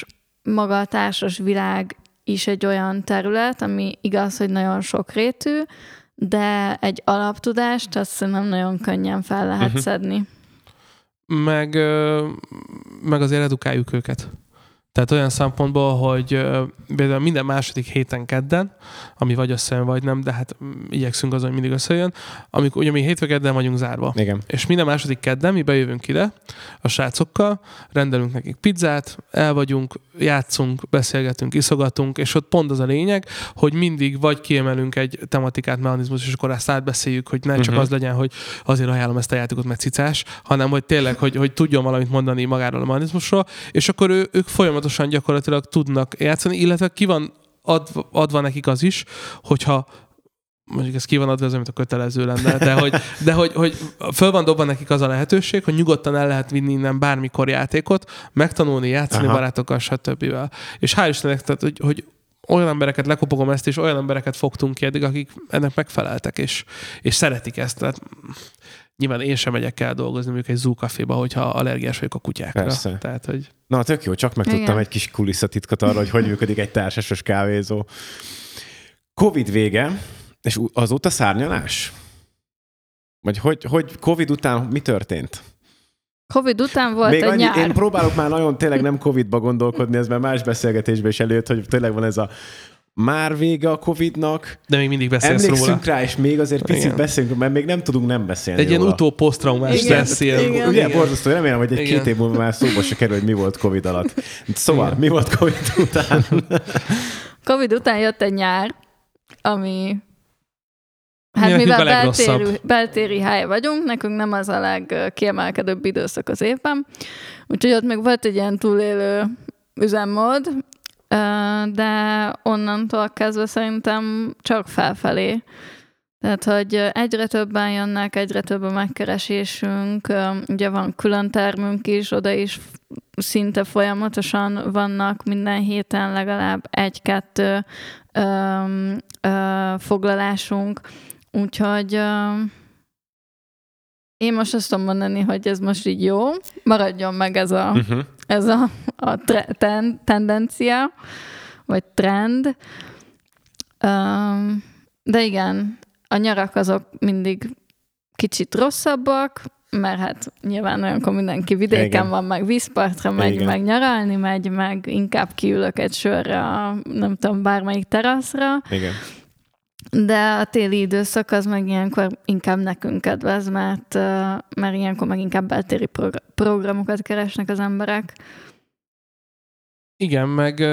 maga a társas világ is egy olyan terület, ami igaz, hogy nagyon sokrétű, de egy alaptudást azt szerintem nagyon könnyen fel lehet szedni. Meg azért edukáljuk őket. Tehát olyan szempontból, hogy például minden második héten kedden, ami vagy összejön, vagy nem, de hát igyekszünk azon, hogy mindig összejön, amikor ugye mi hétfő kedden vagyunk zárva. Igen. És minden második kedden mi bejövünk ide a srácokkal, rendelünk nekik pizzát, el vagyunk, játszunk, beszélgetünk, iszogatunk, és ott pont az a lényeg, hogy mindig vagy kiemelünk egy tematikát, mechanizmus, és akkor ezt átbeszéljük, hogy ne csak az legyen, hogy azért ajánlom ezt a játékot, mert cicás, hanem hogy tényleg, hogy tudjon valamit mondani magáról a mechanizmusról, és akkor ők folyamatosan gyakorlatilag tudnak játszani, illetve ki van adva nekik az is, hogyha mondjuk ez ki van adva, az, amit a kötelező lenne, de hogy föl van dobva nekik az a lehetőség, hogy nyugodtan el lehet vinni innen bármikor játékot, megtanulni, játszani barátokkal, stb. És hál' Istennek, tehát, hogy olyan embereket lekopogom ezt, és olyan embereket fogtunk ki eddig, akik ennek megfeleltek, és szeretik ezt. Tehát nyilván én sem megyek el dolgozni mondjuk egy Zoo Caféba, hogyha allergiás vagyok a kutyákra. Persze. Tehát, hogy... Na, tök jó, csak megtudtam egy kis kulisszatitkot arra, hogy működik egy társasos kávézó. Covid vége, és azóta szárnyalás? Vagy hogy Covid után mi történt? Covid után volt még egy nyár. Én próbálok már nagyon tényleg nem Covidba gondolkodni, ez már más beszélgetésben is előtt, hogy tényleg van ez a már vége a Covidnak. De még mindig beszélsz róla. Emlékszünk rá, és még azért picit beszélünk, mert még nem tudunk nem beszélni egy róla. ilyen utóposztraumás stressz. Ugye, borzasztó, remélem, hogy egy 2 év múlva már szóba se kerül, hogy mi volt Covid alatt. Szóval, mi volt Covid után? Covid után jött egy nyár, ami... Hát mivel beltéri hely vagyunk, nekünk nem az a legkiemelkedőbb időszak az évben, úgyhogy ott még volt egy ilyen túlélő üzemmód, de onnantól kezdve szerintem csak felfelé. Tehát, hogy egyre többen jönnek, egyre több a megkeresésünk, ugye van külön termünk is, oda is szinte folyamatosan vannak minden héten legalább 1-2 foglalásunk, úgyhogy én most azt tudom mondani, hogy ez most így jó, maradjon meg ez a tendencia, vagy trend. De igen, a nyarak azok mindig kicsit rosszabbak, mert hát nyilván olyankor mindenki vidéken van, meg vízpartra megy, meg nyaralni megy, meg inkább kiülök egy sörre nem tudom, bármelyik teraszra. Igen. De a téli időszak az meg ilyenkor inkább nekünk kedvez, mert ilyenkor meg inkább beltéri programokat keresnek az emberek. Igen,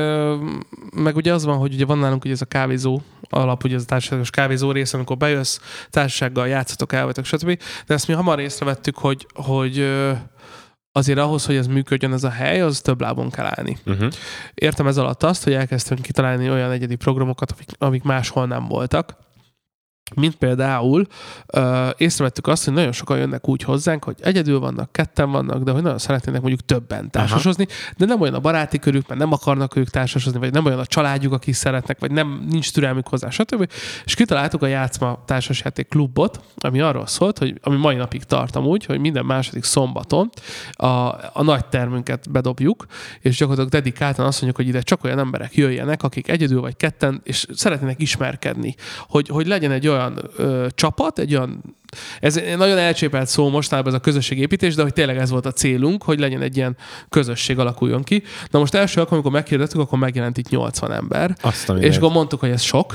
meg ugye az van, hogy ugye van nálunk ugye ez a kávézó alap, ugye ez a társaságos kávézó rész, amikor bejössz, társasággal játszatok, elvetek, stb. De ezt mi hamar észrevettük, hogy azért ahhoz, hogy ez működjön ez a hely, az több lábon kell állni. Értem ez alatt azt, hogy elkezdtünk kitalálni olyan egyedi programokat, amik máshol nem voltak. Mint például észrevettük azt, hogy nagyon sokan jönnek úgy hozzánk, hogy egyedül vannak, ketten vannak, de hogy nagyon szeretnének mondjuk többen társasozni, de nem olyan a baráti körük, mert nem akarnak ők társasozni, vagy nem olyan a családjuk, akik szeretnek, vagy nincs türelmük hozzá, stb. És kitaláltuk a Játszma társasjáték klubot, ami arról szólt, hogy ami mai napig tart amúgy, hogy minden második szombaton a nagy termünket bedobjuk, és gyakorlatilag dedikáltan azt mondjuk, hogy ide csak olyan emberek jöjjenek, akik egyedül vagy ketten, és szeretnének ismerkedni. Hogy legyen egy olyan csapat, egy olyan, ez nagyon elcsépelt szó mostanában ez a közösségépítés, de hogy tényleg ez volt a célunk, hogy legyen egy ilyen közösség, alakuljon ki. Na most első alkalom, amikor meghirdettük, akkor megjelent itt 80 ember. És akkor mondtuk, hogy ez sok,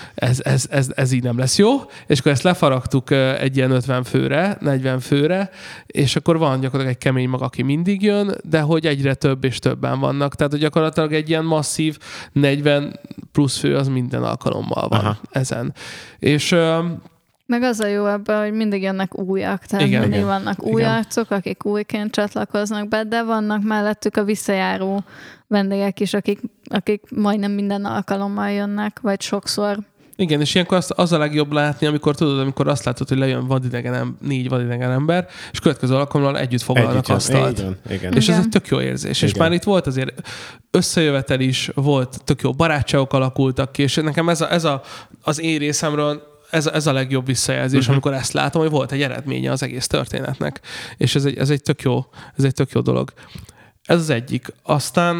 ez így nem lesz jó, és akkor ezt lefaragtuk egy ilyen 50 főre, 40 főre, és akkor van gyakorlatilag egy kemény mag, aki mindig jön, de hogy egyre több és többen vannak. Tehát hogy gyakorlatilag egy ilyen masszív 40 plusz fő az minden alkalommal van ezen. És meg az a jó ebben, hogy mindig jönnek újak, tehát mindig vannak új arcok, akik újként csatlakoznak be, de vannak mellettük a visszajáró vendégek is, akik majdnem minden alkalommal jönnek, vagy sokszor. Igen, és ilyenkor az a legjobb látni, amikor azt látod, hogy lejön 4 vadidegen ember, és következő alkalommal együtt foglalnak asztalt. És ez egy tök jó érzés. Igen. És már itt volt azért összejövetel is, volt tök jó barátságok alakultak ki, és nekem ez az én részemről ez a legjobb visszajelzés, amikor ezt látom, hogy volt egy eredménye az egész történetnek. És ez egy tök jó dolog. Ez az egyik. Aztán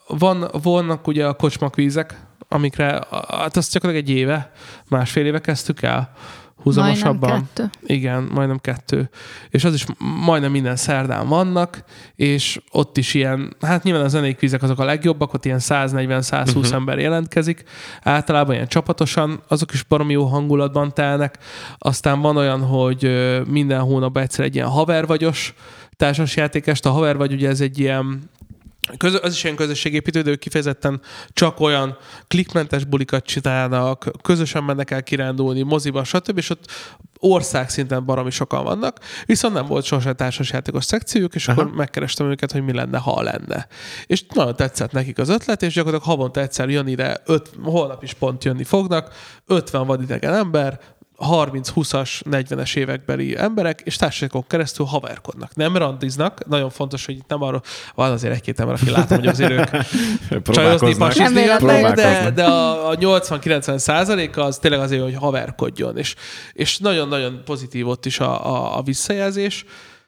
vannak ugye a kocsmakvízek, amikre, hát azt gyakorlatilag egy éve, másfél éve kezdtük el húzamosabban. Majdnem 2. Igen, majdnem 2. És az is majdnem minden szerdán vannak, és ott is ilyen, hát nyilván a zenékvízek azok a legjobbak, ott ilyen 140-120 ember jelentkezik. Általában ilyen csapatosan, azok is baromi jó hangulatban telnek. Aztán van olyan, hogy minden hónapban egyszer egy ilyen havervagyos társasjátékest. A havervagy ugye ez egy ilyen az is ilyen közösségépítő, de ők kifejezetten csak olyan klikmentes bulikat csinálnak, közösen mennek el kirándulni, moziba, stb. És ott országszinten baromi sokan vannak, viszont nem volt sosem társasjátékos szekciójuk, és akkor megkerestem őket, hogy mi lenne, ha lenne. És nagyon tetszett nekik az ötlet, és gyakorlatilag havonta egyszer jön ide, holnap is pont jönni fognak, 50 vadidegen ember, 30-20-as, 40-es évekbeli emberek, és társaságok keresztül haverkodnak. Nem randiznak, nagyon fontos, hogy itt nem arról van azért egy-két ember, aki látom, hogy azért ők csajozni, pasizni, de a 80-90% az tényleg azért, hogy haverkodjon, és nagyon-nagyon pozitív ott is a visszajelzés.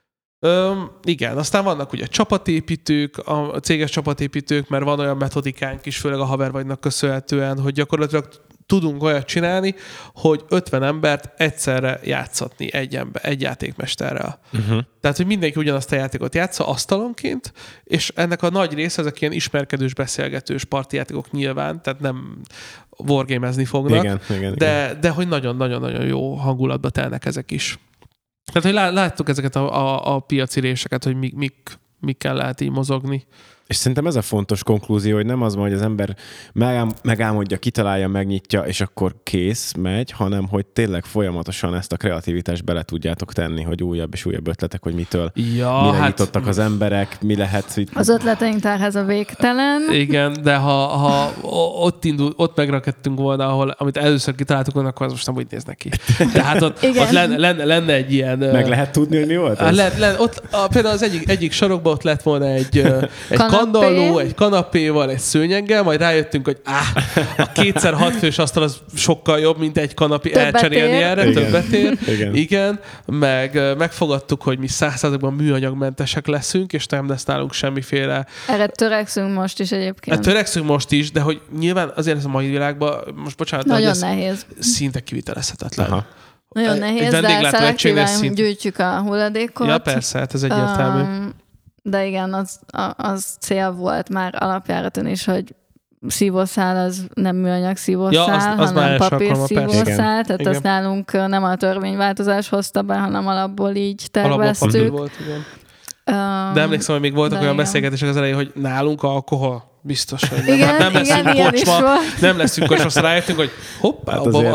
Igen, aztán vannak ugye csapatépítők, a céges csapatépítők, mert van olyan metodikánk is, főleg a havervagynak köszönhetően, hogy gyakorlatilag tudunk olyat csinálni, hogy 50 embert egyszerre játszatni egy játékmesterrel. Tehát, hogy mindenki ugyanazt a játékot játsza asztalonként, és ennek a nagy része ezek ilyen ismerkedős, beszélgetős partijátékok nyilván, tehát nem wargamezni fognak, igen. De hogy nagyon-nagyon jó hangulatba telnek ezek is. Tehát, hogy láttuk ezeket a piaci réseket, hogy mikkel lehet így mozogni. És szerintem ez a fontos konklúzió, hogy nem az van, hogy az ember megálmodja, kitalálja, megnyitja, és akkor kész, megy, hanem hogy tényleg folyamatosan ezt a kreativitást bele tudjátok tenni, hogy újabb és újabb ötletek, hogy mire nyitottak az emberek, mi lehet. Az ötleteink tárház a végtelen. Igen, de ha ott megrakedtünk volna, amit először kitaláltuk volna, akkor az most nem úgy néz neki. Tehát ott lenne egy ilyen... Meg lehet tudni, hogy mi volt ez? Például az egyik sarokban ott lett volna egy kandalló, egy kanapéval, egy szőnyeggel, majd rájöttünk, hogy a 2x6 fős asztal az sokkal jobb, mint egy kanapé, elcserélni erre, többet ér. Igen. Megfogadtuk, hogy mi 100%-ban műanyagmentesek leszünk, és nem lesz nálunk semmiféle... Erre törekszünk most is egyébként. Törekszünk most is, de hogy nyilván azért ez a mai világban, most bocsánat, nagyon nehéz. Szinte kivitelezhetetlen. Aha. Nagyon nehéz, de szelektíven gyűjtjük a hulladékot. Ja, persze, hát ez egyértelmű. De igen, az cél volt már alapjáraton is, hogy szívószál az nem műanyag szívószál, hanem papír szívószál, tehát azt nálunk nem a törvényváltozás hozta be, hanem alapból így terveztük. Alapból volt, igen. De emlékszem, hogy még voltak olyan beszélgetések az elején, hogy nálunk alkohol biztos, hogy nem. Igen, nem leszünk kocsma, nem leszünk kocsma, aztán rájöttünk, hogy hoppá,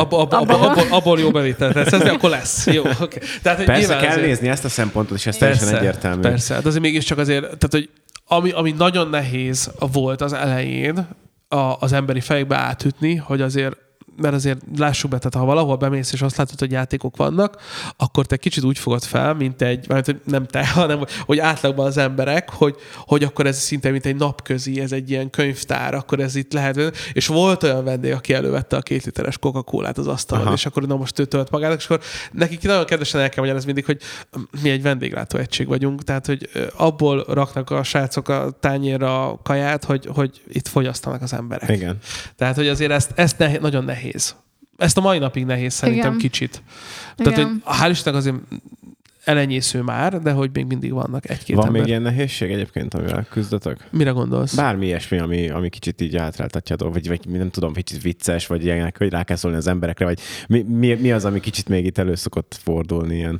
abból jó bevételt lesz, akkor lesz. Jó, okay. Tehát, persze kell nézni ezt a szempontot, és ez teljesen egyértelmű. Persze, hát azért mégiscsak azért, tehát, hogy ami nagyon nehéz volt az elején az emberi fejekbe átütni, hogy mert azért lássuk be, tehát ha valahol bemész, és azt látod, hogy játékok vannak, akkor te kicsit úgy fogod fel, mint nem te, hanem hogy átlagban az emberek, hogy akkor ez szinte mint egy napközi, ez egy ilyen könyvtár, akkor ez itt lehet. És volt olyan vendég, aki elővette a 2 literes Coca-Colát az asztalon, és akkor most ő tölt magának, és akkor nekik nagyon kedvesen el kell magyarázni mindig, hogy mi egy vendéglátó egység vagyunk, tehát hogy abból raknak a srácok a tányérra a kaját, hogy itt fogyasztanak az emberek. Igen. Tehát, hogy azért ezt nagyon nehéz. Ezt a mai napig nehéz szerintem. Igen. Kicsit. Tehát, hogy hál' Istennek azért elenyésző már, de hogy még mindig vannak egy-két ember. Van még ilyen nehézség egyébként, amivel küzdötök? Mire gondolsz? Bármi ilyesmi, ami kicsit így átráltatja, vagy nem tudom, kicsit vicces, vagy ilyenek, hogy rá kell szólni az emberekre, vagy mi az, ami kicsit még itt elő szokott fordulni, ilyen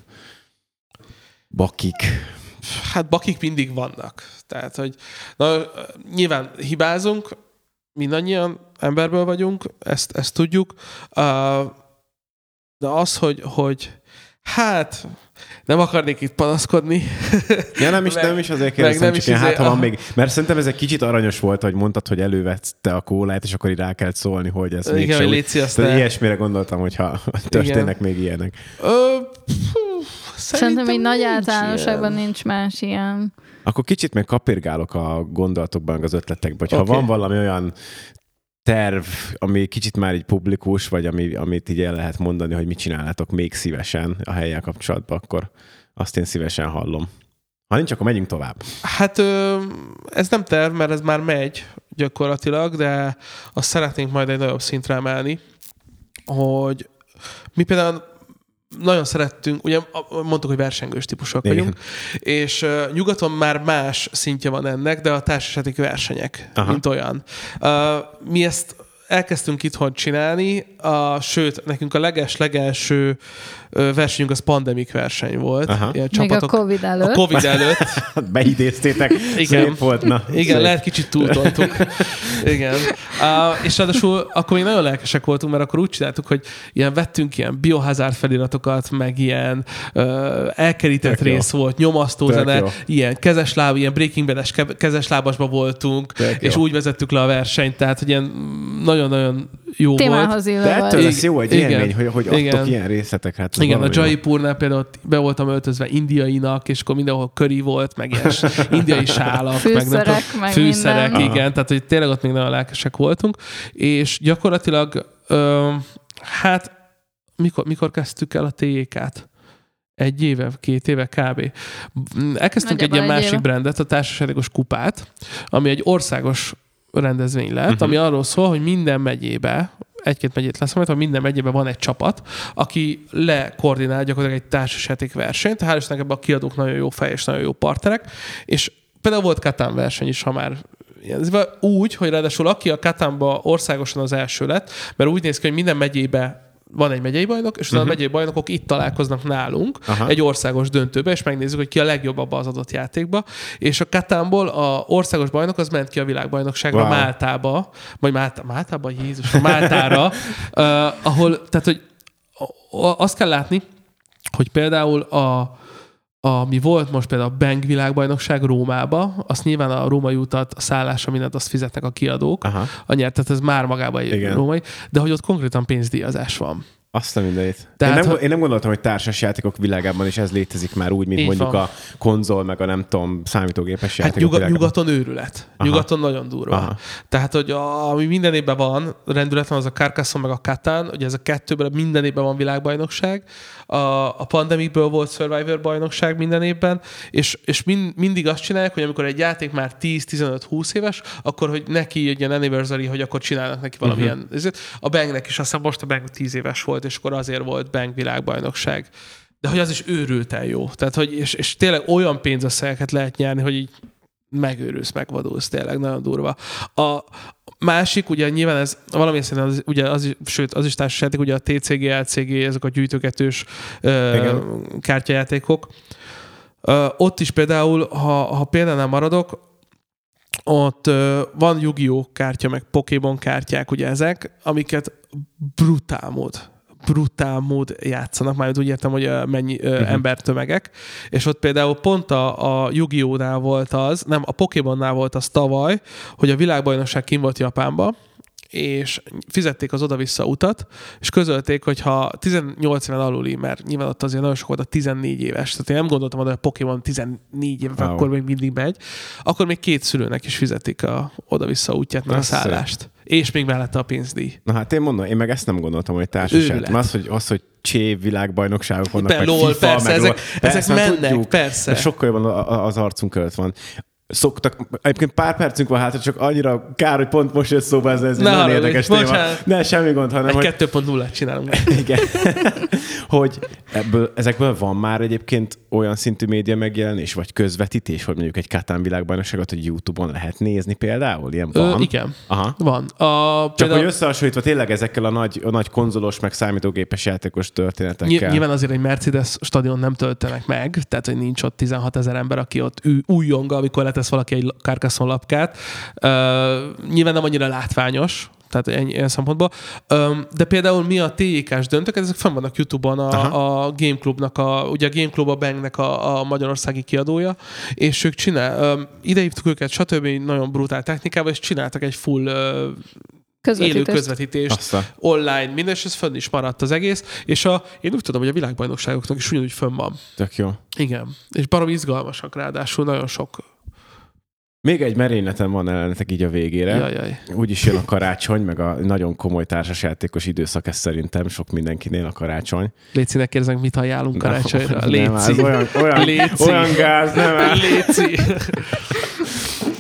bakik? Hát bakik mindig vannak. Tehát, hogy nyilván hibázunk, mindannyian emberből vagyunk, ezt tudjuk. De az, hogy hát nem akarnék itt panaszkodni. Ja, nem is azért kérdezem, csak ilyen ha van még, mert szerintem ez egy kicsit aranyos volt, hogy mondtad, hogy elővette a kólát, és akkor így rá kellett szólni, hogy ez még igen, léci, ilyesmire gondoltam, hogyha történnek még ilyenek. Szerintem egy nagy általánosságban nincs más ilyen. Akkor kicsit még kapirgálok a gondolatokban, az ötletekben, hogyha van valami olyan terv, ami kicsit már így publikus, vagy amit így el lehet mondani, hogy mit csinálnátok még szívesen a hellyel kapcsolatban, akkor azt én szívesen hallom. Ha nincs, akkor megyünk tovább. Hát ez nem terv, mert ez már megy gyakorlatilag, de azt szeretnénk majd egy nagyobb szintre emelni, hogy mi például nagyon szerettünk, ugye mondtuk, hogy versengős típusok vagyunk, és nyugaton már más szintje van ennek, de a társasjáték versenyek, mint olyan. Mi ezt elkezdtünk itthon csinálni, sőt, nekünk a legelső versenyünk az pandemik verseny volt. Ilyen csapatok. Még a Covid előtt. A Covid előtt. Beidéztétek. Igen. Szép volt. Na, igen, szép. Lehet kicsit túltoltuk. Igen. És ráadásul akkor még nagyon lelkesek voltunk, mert akkor úgy csináltuk, hogy vettünk ilyen biohazard feliratokat, meg ilyen elkerített rész volt, nyomasztózene, ilyen kezesláb, ilyen Breaking Bad-es kezeslábasba voltunk, és úgy vezettük le a versenyt, tehát hogy ilyen nagyon-nagyon jó témához volt. De ettől lesz jó egy élmény, hogy adtok ilyen részletek. Hát igen, a Jaipurnál például be voltam öltözve indiainak, és akkor mindenhol curry volt, meg ilyen indiai sálak, fűszerek, meg fűszerek, minden. Igen, tehát hogy tényleg ott még nagyon lelkesek voltunk, és gyakorlatilag hát mikor kezdtük el a TJK-t? 1 éve, 2 éve kb. Elkezdtünk egy ilyen másik brandet, a Társasjátékos Kupát, ami egy országos rendezvény lett, ami arról szól, hogy minden megyébe, 1-2 megyét lesz, mert minden megyében van egy csapat, aki lekoordinál gyakorlatilag egy társasjáték versenyt. Hál' Istennek ebben a kiadók nagyon jó fej és nagyon jó partnerek, és például volt Catán verseny is, ha már úgy, hogy ráadásul aki a Catánba országosan az első lett, mert úgy néz ki, hogy minden megyébe van egy megyei bajnok, és utána a megyei bajnokok itt találkoznak nálunk egy országos döntőbe, és megnézzük, hogy ki a legjobb abba az adott játékba. És a Catánból a országos bajnok az ment ki a világbajnokságra Máltába, vagy Máltába, Jézus, Máltára, ahol, tehát, hogy azt kell látni, hogy például ami volt most például a Bang világbajnokság Rómába, azt nyilván a római utat, a szállása, mindent azt fizetnek a kiadók. A nyert, tehát ez már magában egy római, de hogy ott konkrétan pénzdíjazás van. Azt a mindenit. Én nem gondoltam, hogy társasjátékok világában is ez létezik már úgy, mint mondjuk a konzol, meg a nem tudom, számítógépes játékok világában. Nyugaton őrület. Nyugaton nagyon durva. Tehát, hogy ami minden évben van, rendületlen az a Carcassonne meg a Catán, ugye ez a kettőből minden évben van világbajnokság. A Pandemicből volt Survivor bajnokság minden évben, és mindig azt csinálják, hogy amikor egy játék már 10-15-20 éves, akkor hogy neki egy ilyen anniversary, hogy akkor csinálnak neki valamilyen. A Bangnek is, azt hiszem most a Bang 10 éves volt, és akkor azért volt Bang világbajnokság. De hogy az is őrülten jó. Tehát, hogy, és tényleg olyan pénzösszegeket lehet nyerni, hogy így megőrülsz, megvadulsz, tényleg nagyon durva. A másik, ugye nyilván ez valamilyen szinten, ugye az is társasjáték, ugye a TCG, LCG, ezek a gyűjtögetős kártyajátékok. Ott is például, ha példánál maradok, ott van Yu-Gi-Oh! Kártya, meg Pokémon kártyák, ugye ezek, amiket brutál mód játszanak, már úgy értem, hogy mennyi embertömegek, és ott például pont a Yu-Gi-Oh!-nál volt a Pokémonnál volt az tavaly, hogy a világbajnokság kint volt Japánba, és fizették az oda-vissza utat, és közölték, hogy ha 18 éven aluli, mert nyilván ott azért nagyon sok volt a 14 éves, tehát én nem gondoltam oda, hogy a Pokémon 14 éve, akkor még mindig megy, akkor még 2 szülőnek is fizetik a oda-vissza útját, meg a szállást. És még mellette a pénzdíj. Na hát én mondom, én meg ezt nem gondoltam, hogy társaság. Az, hogy csév világbajnokságok vannak, meg LOL, FIFA, persze, meg ezek mennek, tudjuk, persze. Sokkal jobban az arcunk előtt van. Egyébként pár percünk van hátra, csak annyira kár, hogy pont most jött szóba ez nagyon érdekes téma. Ne, semmi gond, hanem egy 2.0-et csinálunk. Igen. Hogy ezekből van már egyébként olyan szintű média megjelenés, vagy közvetítés, hogy mondjuk egy Catán világbajnokságot, hogy YouTube-on lehet nézni például? Ilyen van? Igen. Van. Csak hogy összehasonlítva tényleg ezekkel a nagy konzolos, meg számítógépes játékos történetekkel. Nyilván azért egy Mercedes stadion nem töltenek meg, tehát hogy nincs ott 16 000 ember, aki ott újjong, amikor letesz valaki egy Carcassonne lapkát. Nyilván nem annyira látványos, tehát ilyen szempontból. De például mi a TJK-s döntők, ezek fenn vannak YouTube-on a Game Clubnak, ugye a Game Club a Bangnek a magyarországi kiadója, és ők idehívtuk őket, stb. Nagyon brutál technikával, és csináltak egy full élő közvetítést, online, minden, és ez fönn is maradt az egész, és én úgy tudom, hogy a világbajnokságoknak is ugyanúgy fönn van. Tök jó. Igen, és baromi izgalmasak ráadásul, nagyon sok. Még egy merényletem van ellenetek így a végére. Jajjaj. Úgyis jön a karácsony, meg a nagyon komoly társasjátékos időszak, ez szerintem sok mindenkinél a karácsony. Lécinek kérdezek, mit ajánlunk karácsonyra? Léci. Olyan gáz, nem. Léci.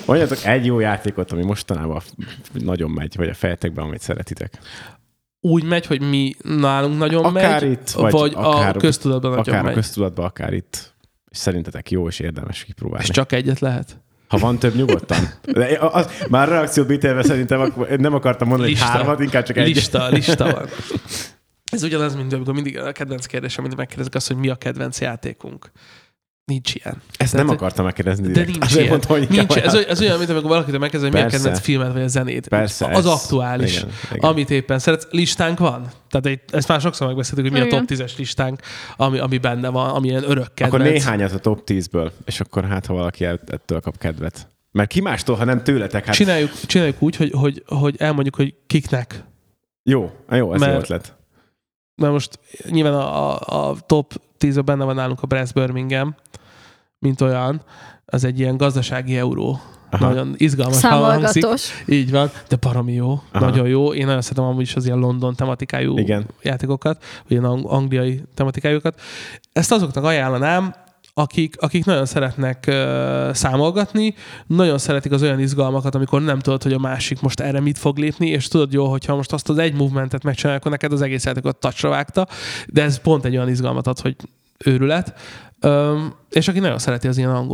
Mondjatok egy jó játékot, ami mostanában nagyon megy, vagy a fejetekben, amit szeretitek. Úgy megy, hogy mi nálunk nagyon akár megy, itt, vagy akár a köztudatban nagyon akár megy. a köztudatban, akár itt. És szerintetek jó és érdemes kipróbálni. És csak egyet lehet? Ha van több, nyugodtan. Már reakciót bítélve szerintem nem akartam mondani, hogy 3, inkább csak egy. Lista van. Ez ugyanaz, mint amikor mindig a kedvenc kérdés, amit megkérdezik azt, hogy mi a kedvenc játékunk. Nincs ilyen. Ezt nem akartam megkérdezni. De nincs azért ilyen. mondtam, hogy Nincs. Ez olyan, mint amikor valakitől megkérdezi, hogy mi a kedvenc filmet, vagy a zenét. Persze. Az aktuális. Igen. Amit éppen szeretsz. Listánk van. Tehát ezt már sokszor megbeszéltük, hogy mi a top 10-es listánk, ami benne van, ami ilyen örök kedvenc. Akkor néhányat a top 10-ből, és akkor hát, ha valaki ettől kap kedvet. Mert ki mástól, ha nem tőletek? Hát... Csináljuk úgy, hogy elmondjuk, hogy kiknek. Jó, ez jó ötlet. Mert most nyilván a top 10-ben benne van nálunk a Brest Birmingham, mint olyan. Az egy ilyen gazdasági euró. Aha. Nagyon izgalmas hangzik. Így van, de baromi jó. Aha. Nagyon jó. Én nagyon szeretem amúgy is az ilyen London tematikájú játékokat, vagy ilyen angliai tematikájukat. Ezt azoknak ajánlanám, akik nagyon szeretnek számolgatni, nagyon szeretik az olyan izgalmakat, amikor nem tudod, hogy a másik most erre mit fog lépni, és tudod jó, hogyha most azt az egy movementet megcsinálják, akkor neked az egész játékot touchra vágta, de ez pont egy olyan izgalmat ad, hogy őrület. És aki nagyon szereti az ilyen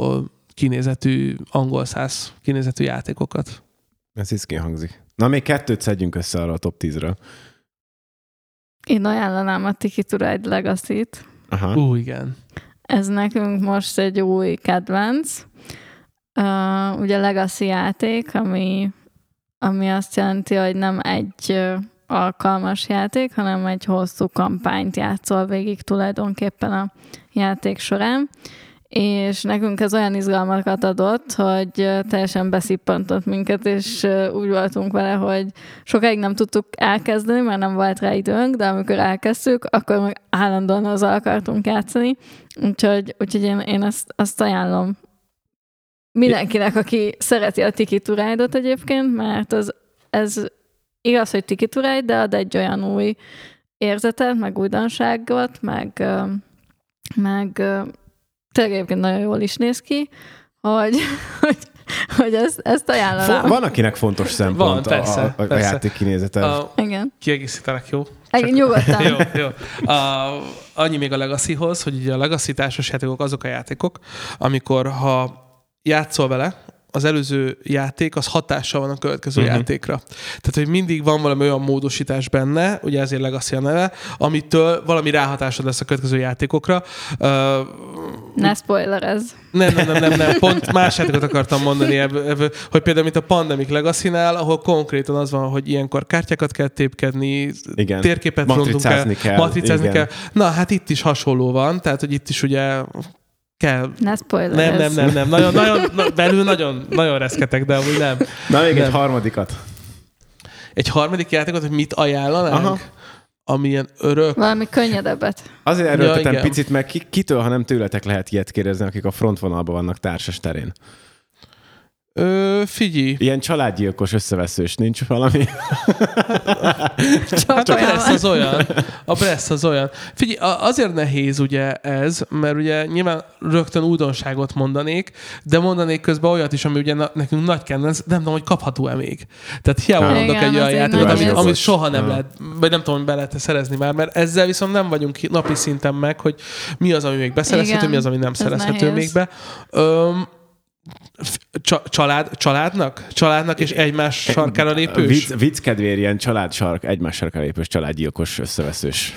angol száz kinézetű játékokat. Ez iszki hangzik. Na, még 2 szedjünk össze arra a top 10-ről. Én ajánlanám a Ticket to Ride Legacy-t. Aha. Igen. Ez nekünk most egy új kedvenc. Ugye Legacy játék, ami azt jelenti, hogy nem egy alkalmas játék, hanem egy hosszú kampányt játszol végig tulajdonképpen a játék során. És nekünk ez olyan izgalmakat adott, hogy teljesen beszippantott minket, és úgy voltunk vele, hogy sokáig nem tudtuk elkezdeni, mert nem volt rá időnk, de amikor elkezdtük, akkor meg állandóan azzal akartunk játszani. Úgyhogy én azt ajánlom mindenkinek, aki szereti a Ticket to Ride-ot egyébként, mert ez igaz, hogy Ticket to Ride, de ad egy olyan új érzetet, meg újdonságot, meg tényleg egyébként nagyon jól is néz ki, hogy ezt ajánlanám. Van, akinek fontos szempont persze. A játék kinézete. Igen. Kiegészítenek, jó? Nyugodtan. Jó. Annyi még a Legacyhoz, hogy ugye a Legacy társasjátékok azok a játékok, amikor ha játszol vele, az előző játék, az hatással van a következő játékra. Tehát, hogy mindig van valami olyan módosítás benne, ugye ezért Legacy a neve, amitől valami ráhatásod lesz a következő játékokra. Ne spoilerezz. Nem. Pont más játékot akartam mondani ebből, hogy például, mint a Pandemic Legacy-nál, ahol konkrétan az van, hogy ilyenkor kártyákat kell tépkedni, térképet matricázni kell. Na, hát itt is hasonló van, tehát, hogy itt is ugye kell. Ne spoilerezz. Nem. Belül nagyon reszketek, de amúgy nem. Na, még egy harmadikat. Egy harmadik játékot, hogy mit ajánlanánk? Aha. Ami ilyen örök. Valami könnyedebbet. Azért erőltetem picit, meg kitől, ha nem tőletek lehet ilyet kérdezni, akik a frontvonalban vannak társas terén. Figyelj. Ilyen családgyilkos összeveszős, nincs valami? Hát a Brest az olyan. Figyelj, azért nehéz ugye ez, mert ugye nyilván rögtön újdonságot mondanék, de mondanék közben olyat is, ami ugye nekünk nagy kedvenc, nem tudom, hogy kapható-e még. Tehát hiába mondok egy olyan játékot, amit soha nem lehet, vagy nem tudom, hogy be lehet szerezni már, mert ezzel viszont nem vagyunk napi szinten meg, hogy mi az, ami még beszerezhető, mi az, ami nem szerezhető még be. Családnak és egymás sarkára lépős? Vicc kedvéért ilyen családsark, egymás sarkára lépős, családgyilkos összeveszős.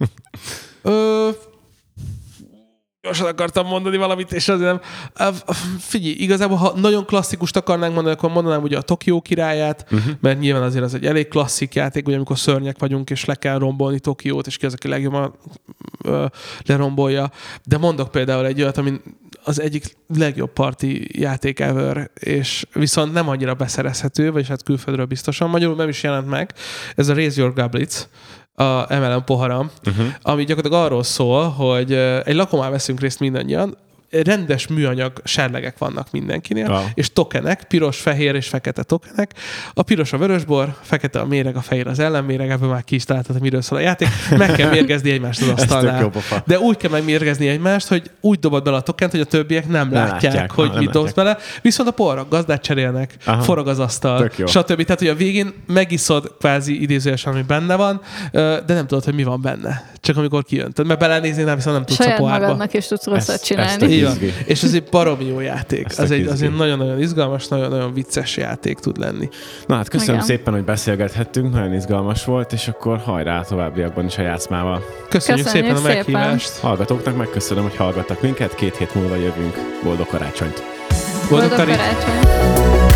Gyorsan akartam mondani valamit, és azért nem. Figyelj, igazából, ha nagyon klasszikust akarnánk mondani, akkor mondanám ugye a Tokió királyát, mert nyilván azért az egy elég klasszik játék, ugye amikor szörnyek vagyunk, és le kell rombolni Tokiót, és ki az, aki legjobban lerombolja. De mondok például egy olyat, ami az egyik legjobb parti játék ever, és viszont nem annyira beszerezhető, vagyis hát külföldről biztosan. Magyarul nem is jelent meg. Ez a Raise Your Goblets, a MLM poharam, ami gyakorlatilag arról szól, hogy egy lakomán veszünk részt mindannyian, rendes műanyag serlegek vannak mindenkinél, és tokenek, piros, fehér és fekete tokenek. A piros a vörösbor, fekete a méreg, a fehér az ellenméreg, ebből már ki is találtad, miről szól a játék. Meg kell mérgezni egymást az asztalnál. De úgy kell megmérgezni egymást, hogy úgy dobod bele a tokent, hogy a többiek nem látják, hogy mit dobsz bele. Viszont a porrak gazdát cserélnek, forog az asztal, stb. Tehát, hogy a végén megiszod kvázi idézőjelesen, ami benne van, de nem tudod, hogy mi van benne. Csak amikor kijöntöd. Mert belenézni viszont nem tudsz a pohárba. Saját magadnak is tudsz rosszat csinálni. És ez egy baromi jó játék. Az egy nagyon-nagyon izgalmas, nagyon-nagyon vicces játék tud lenni. Na hát köszönöm szépen, hogy beszélgethettünk, nagyon izgalmas volt, és akkor hajrá továbbiakban is a játszmával. Köszönjük szépen a meghívást. Hallgatóknak megköszönöm, hogy hallgattak minket, 2 hét múlva jövünk. Boldog karácsonyt! Boldog karácsonyt!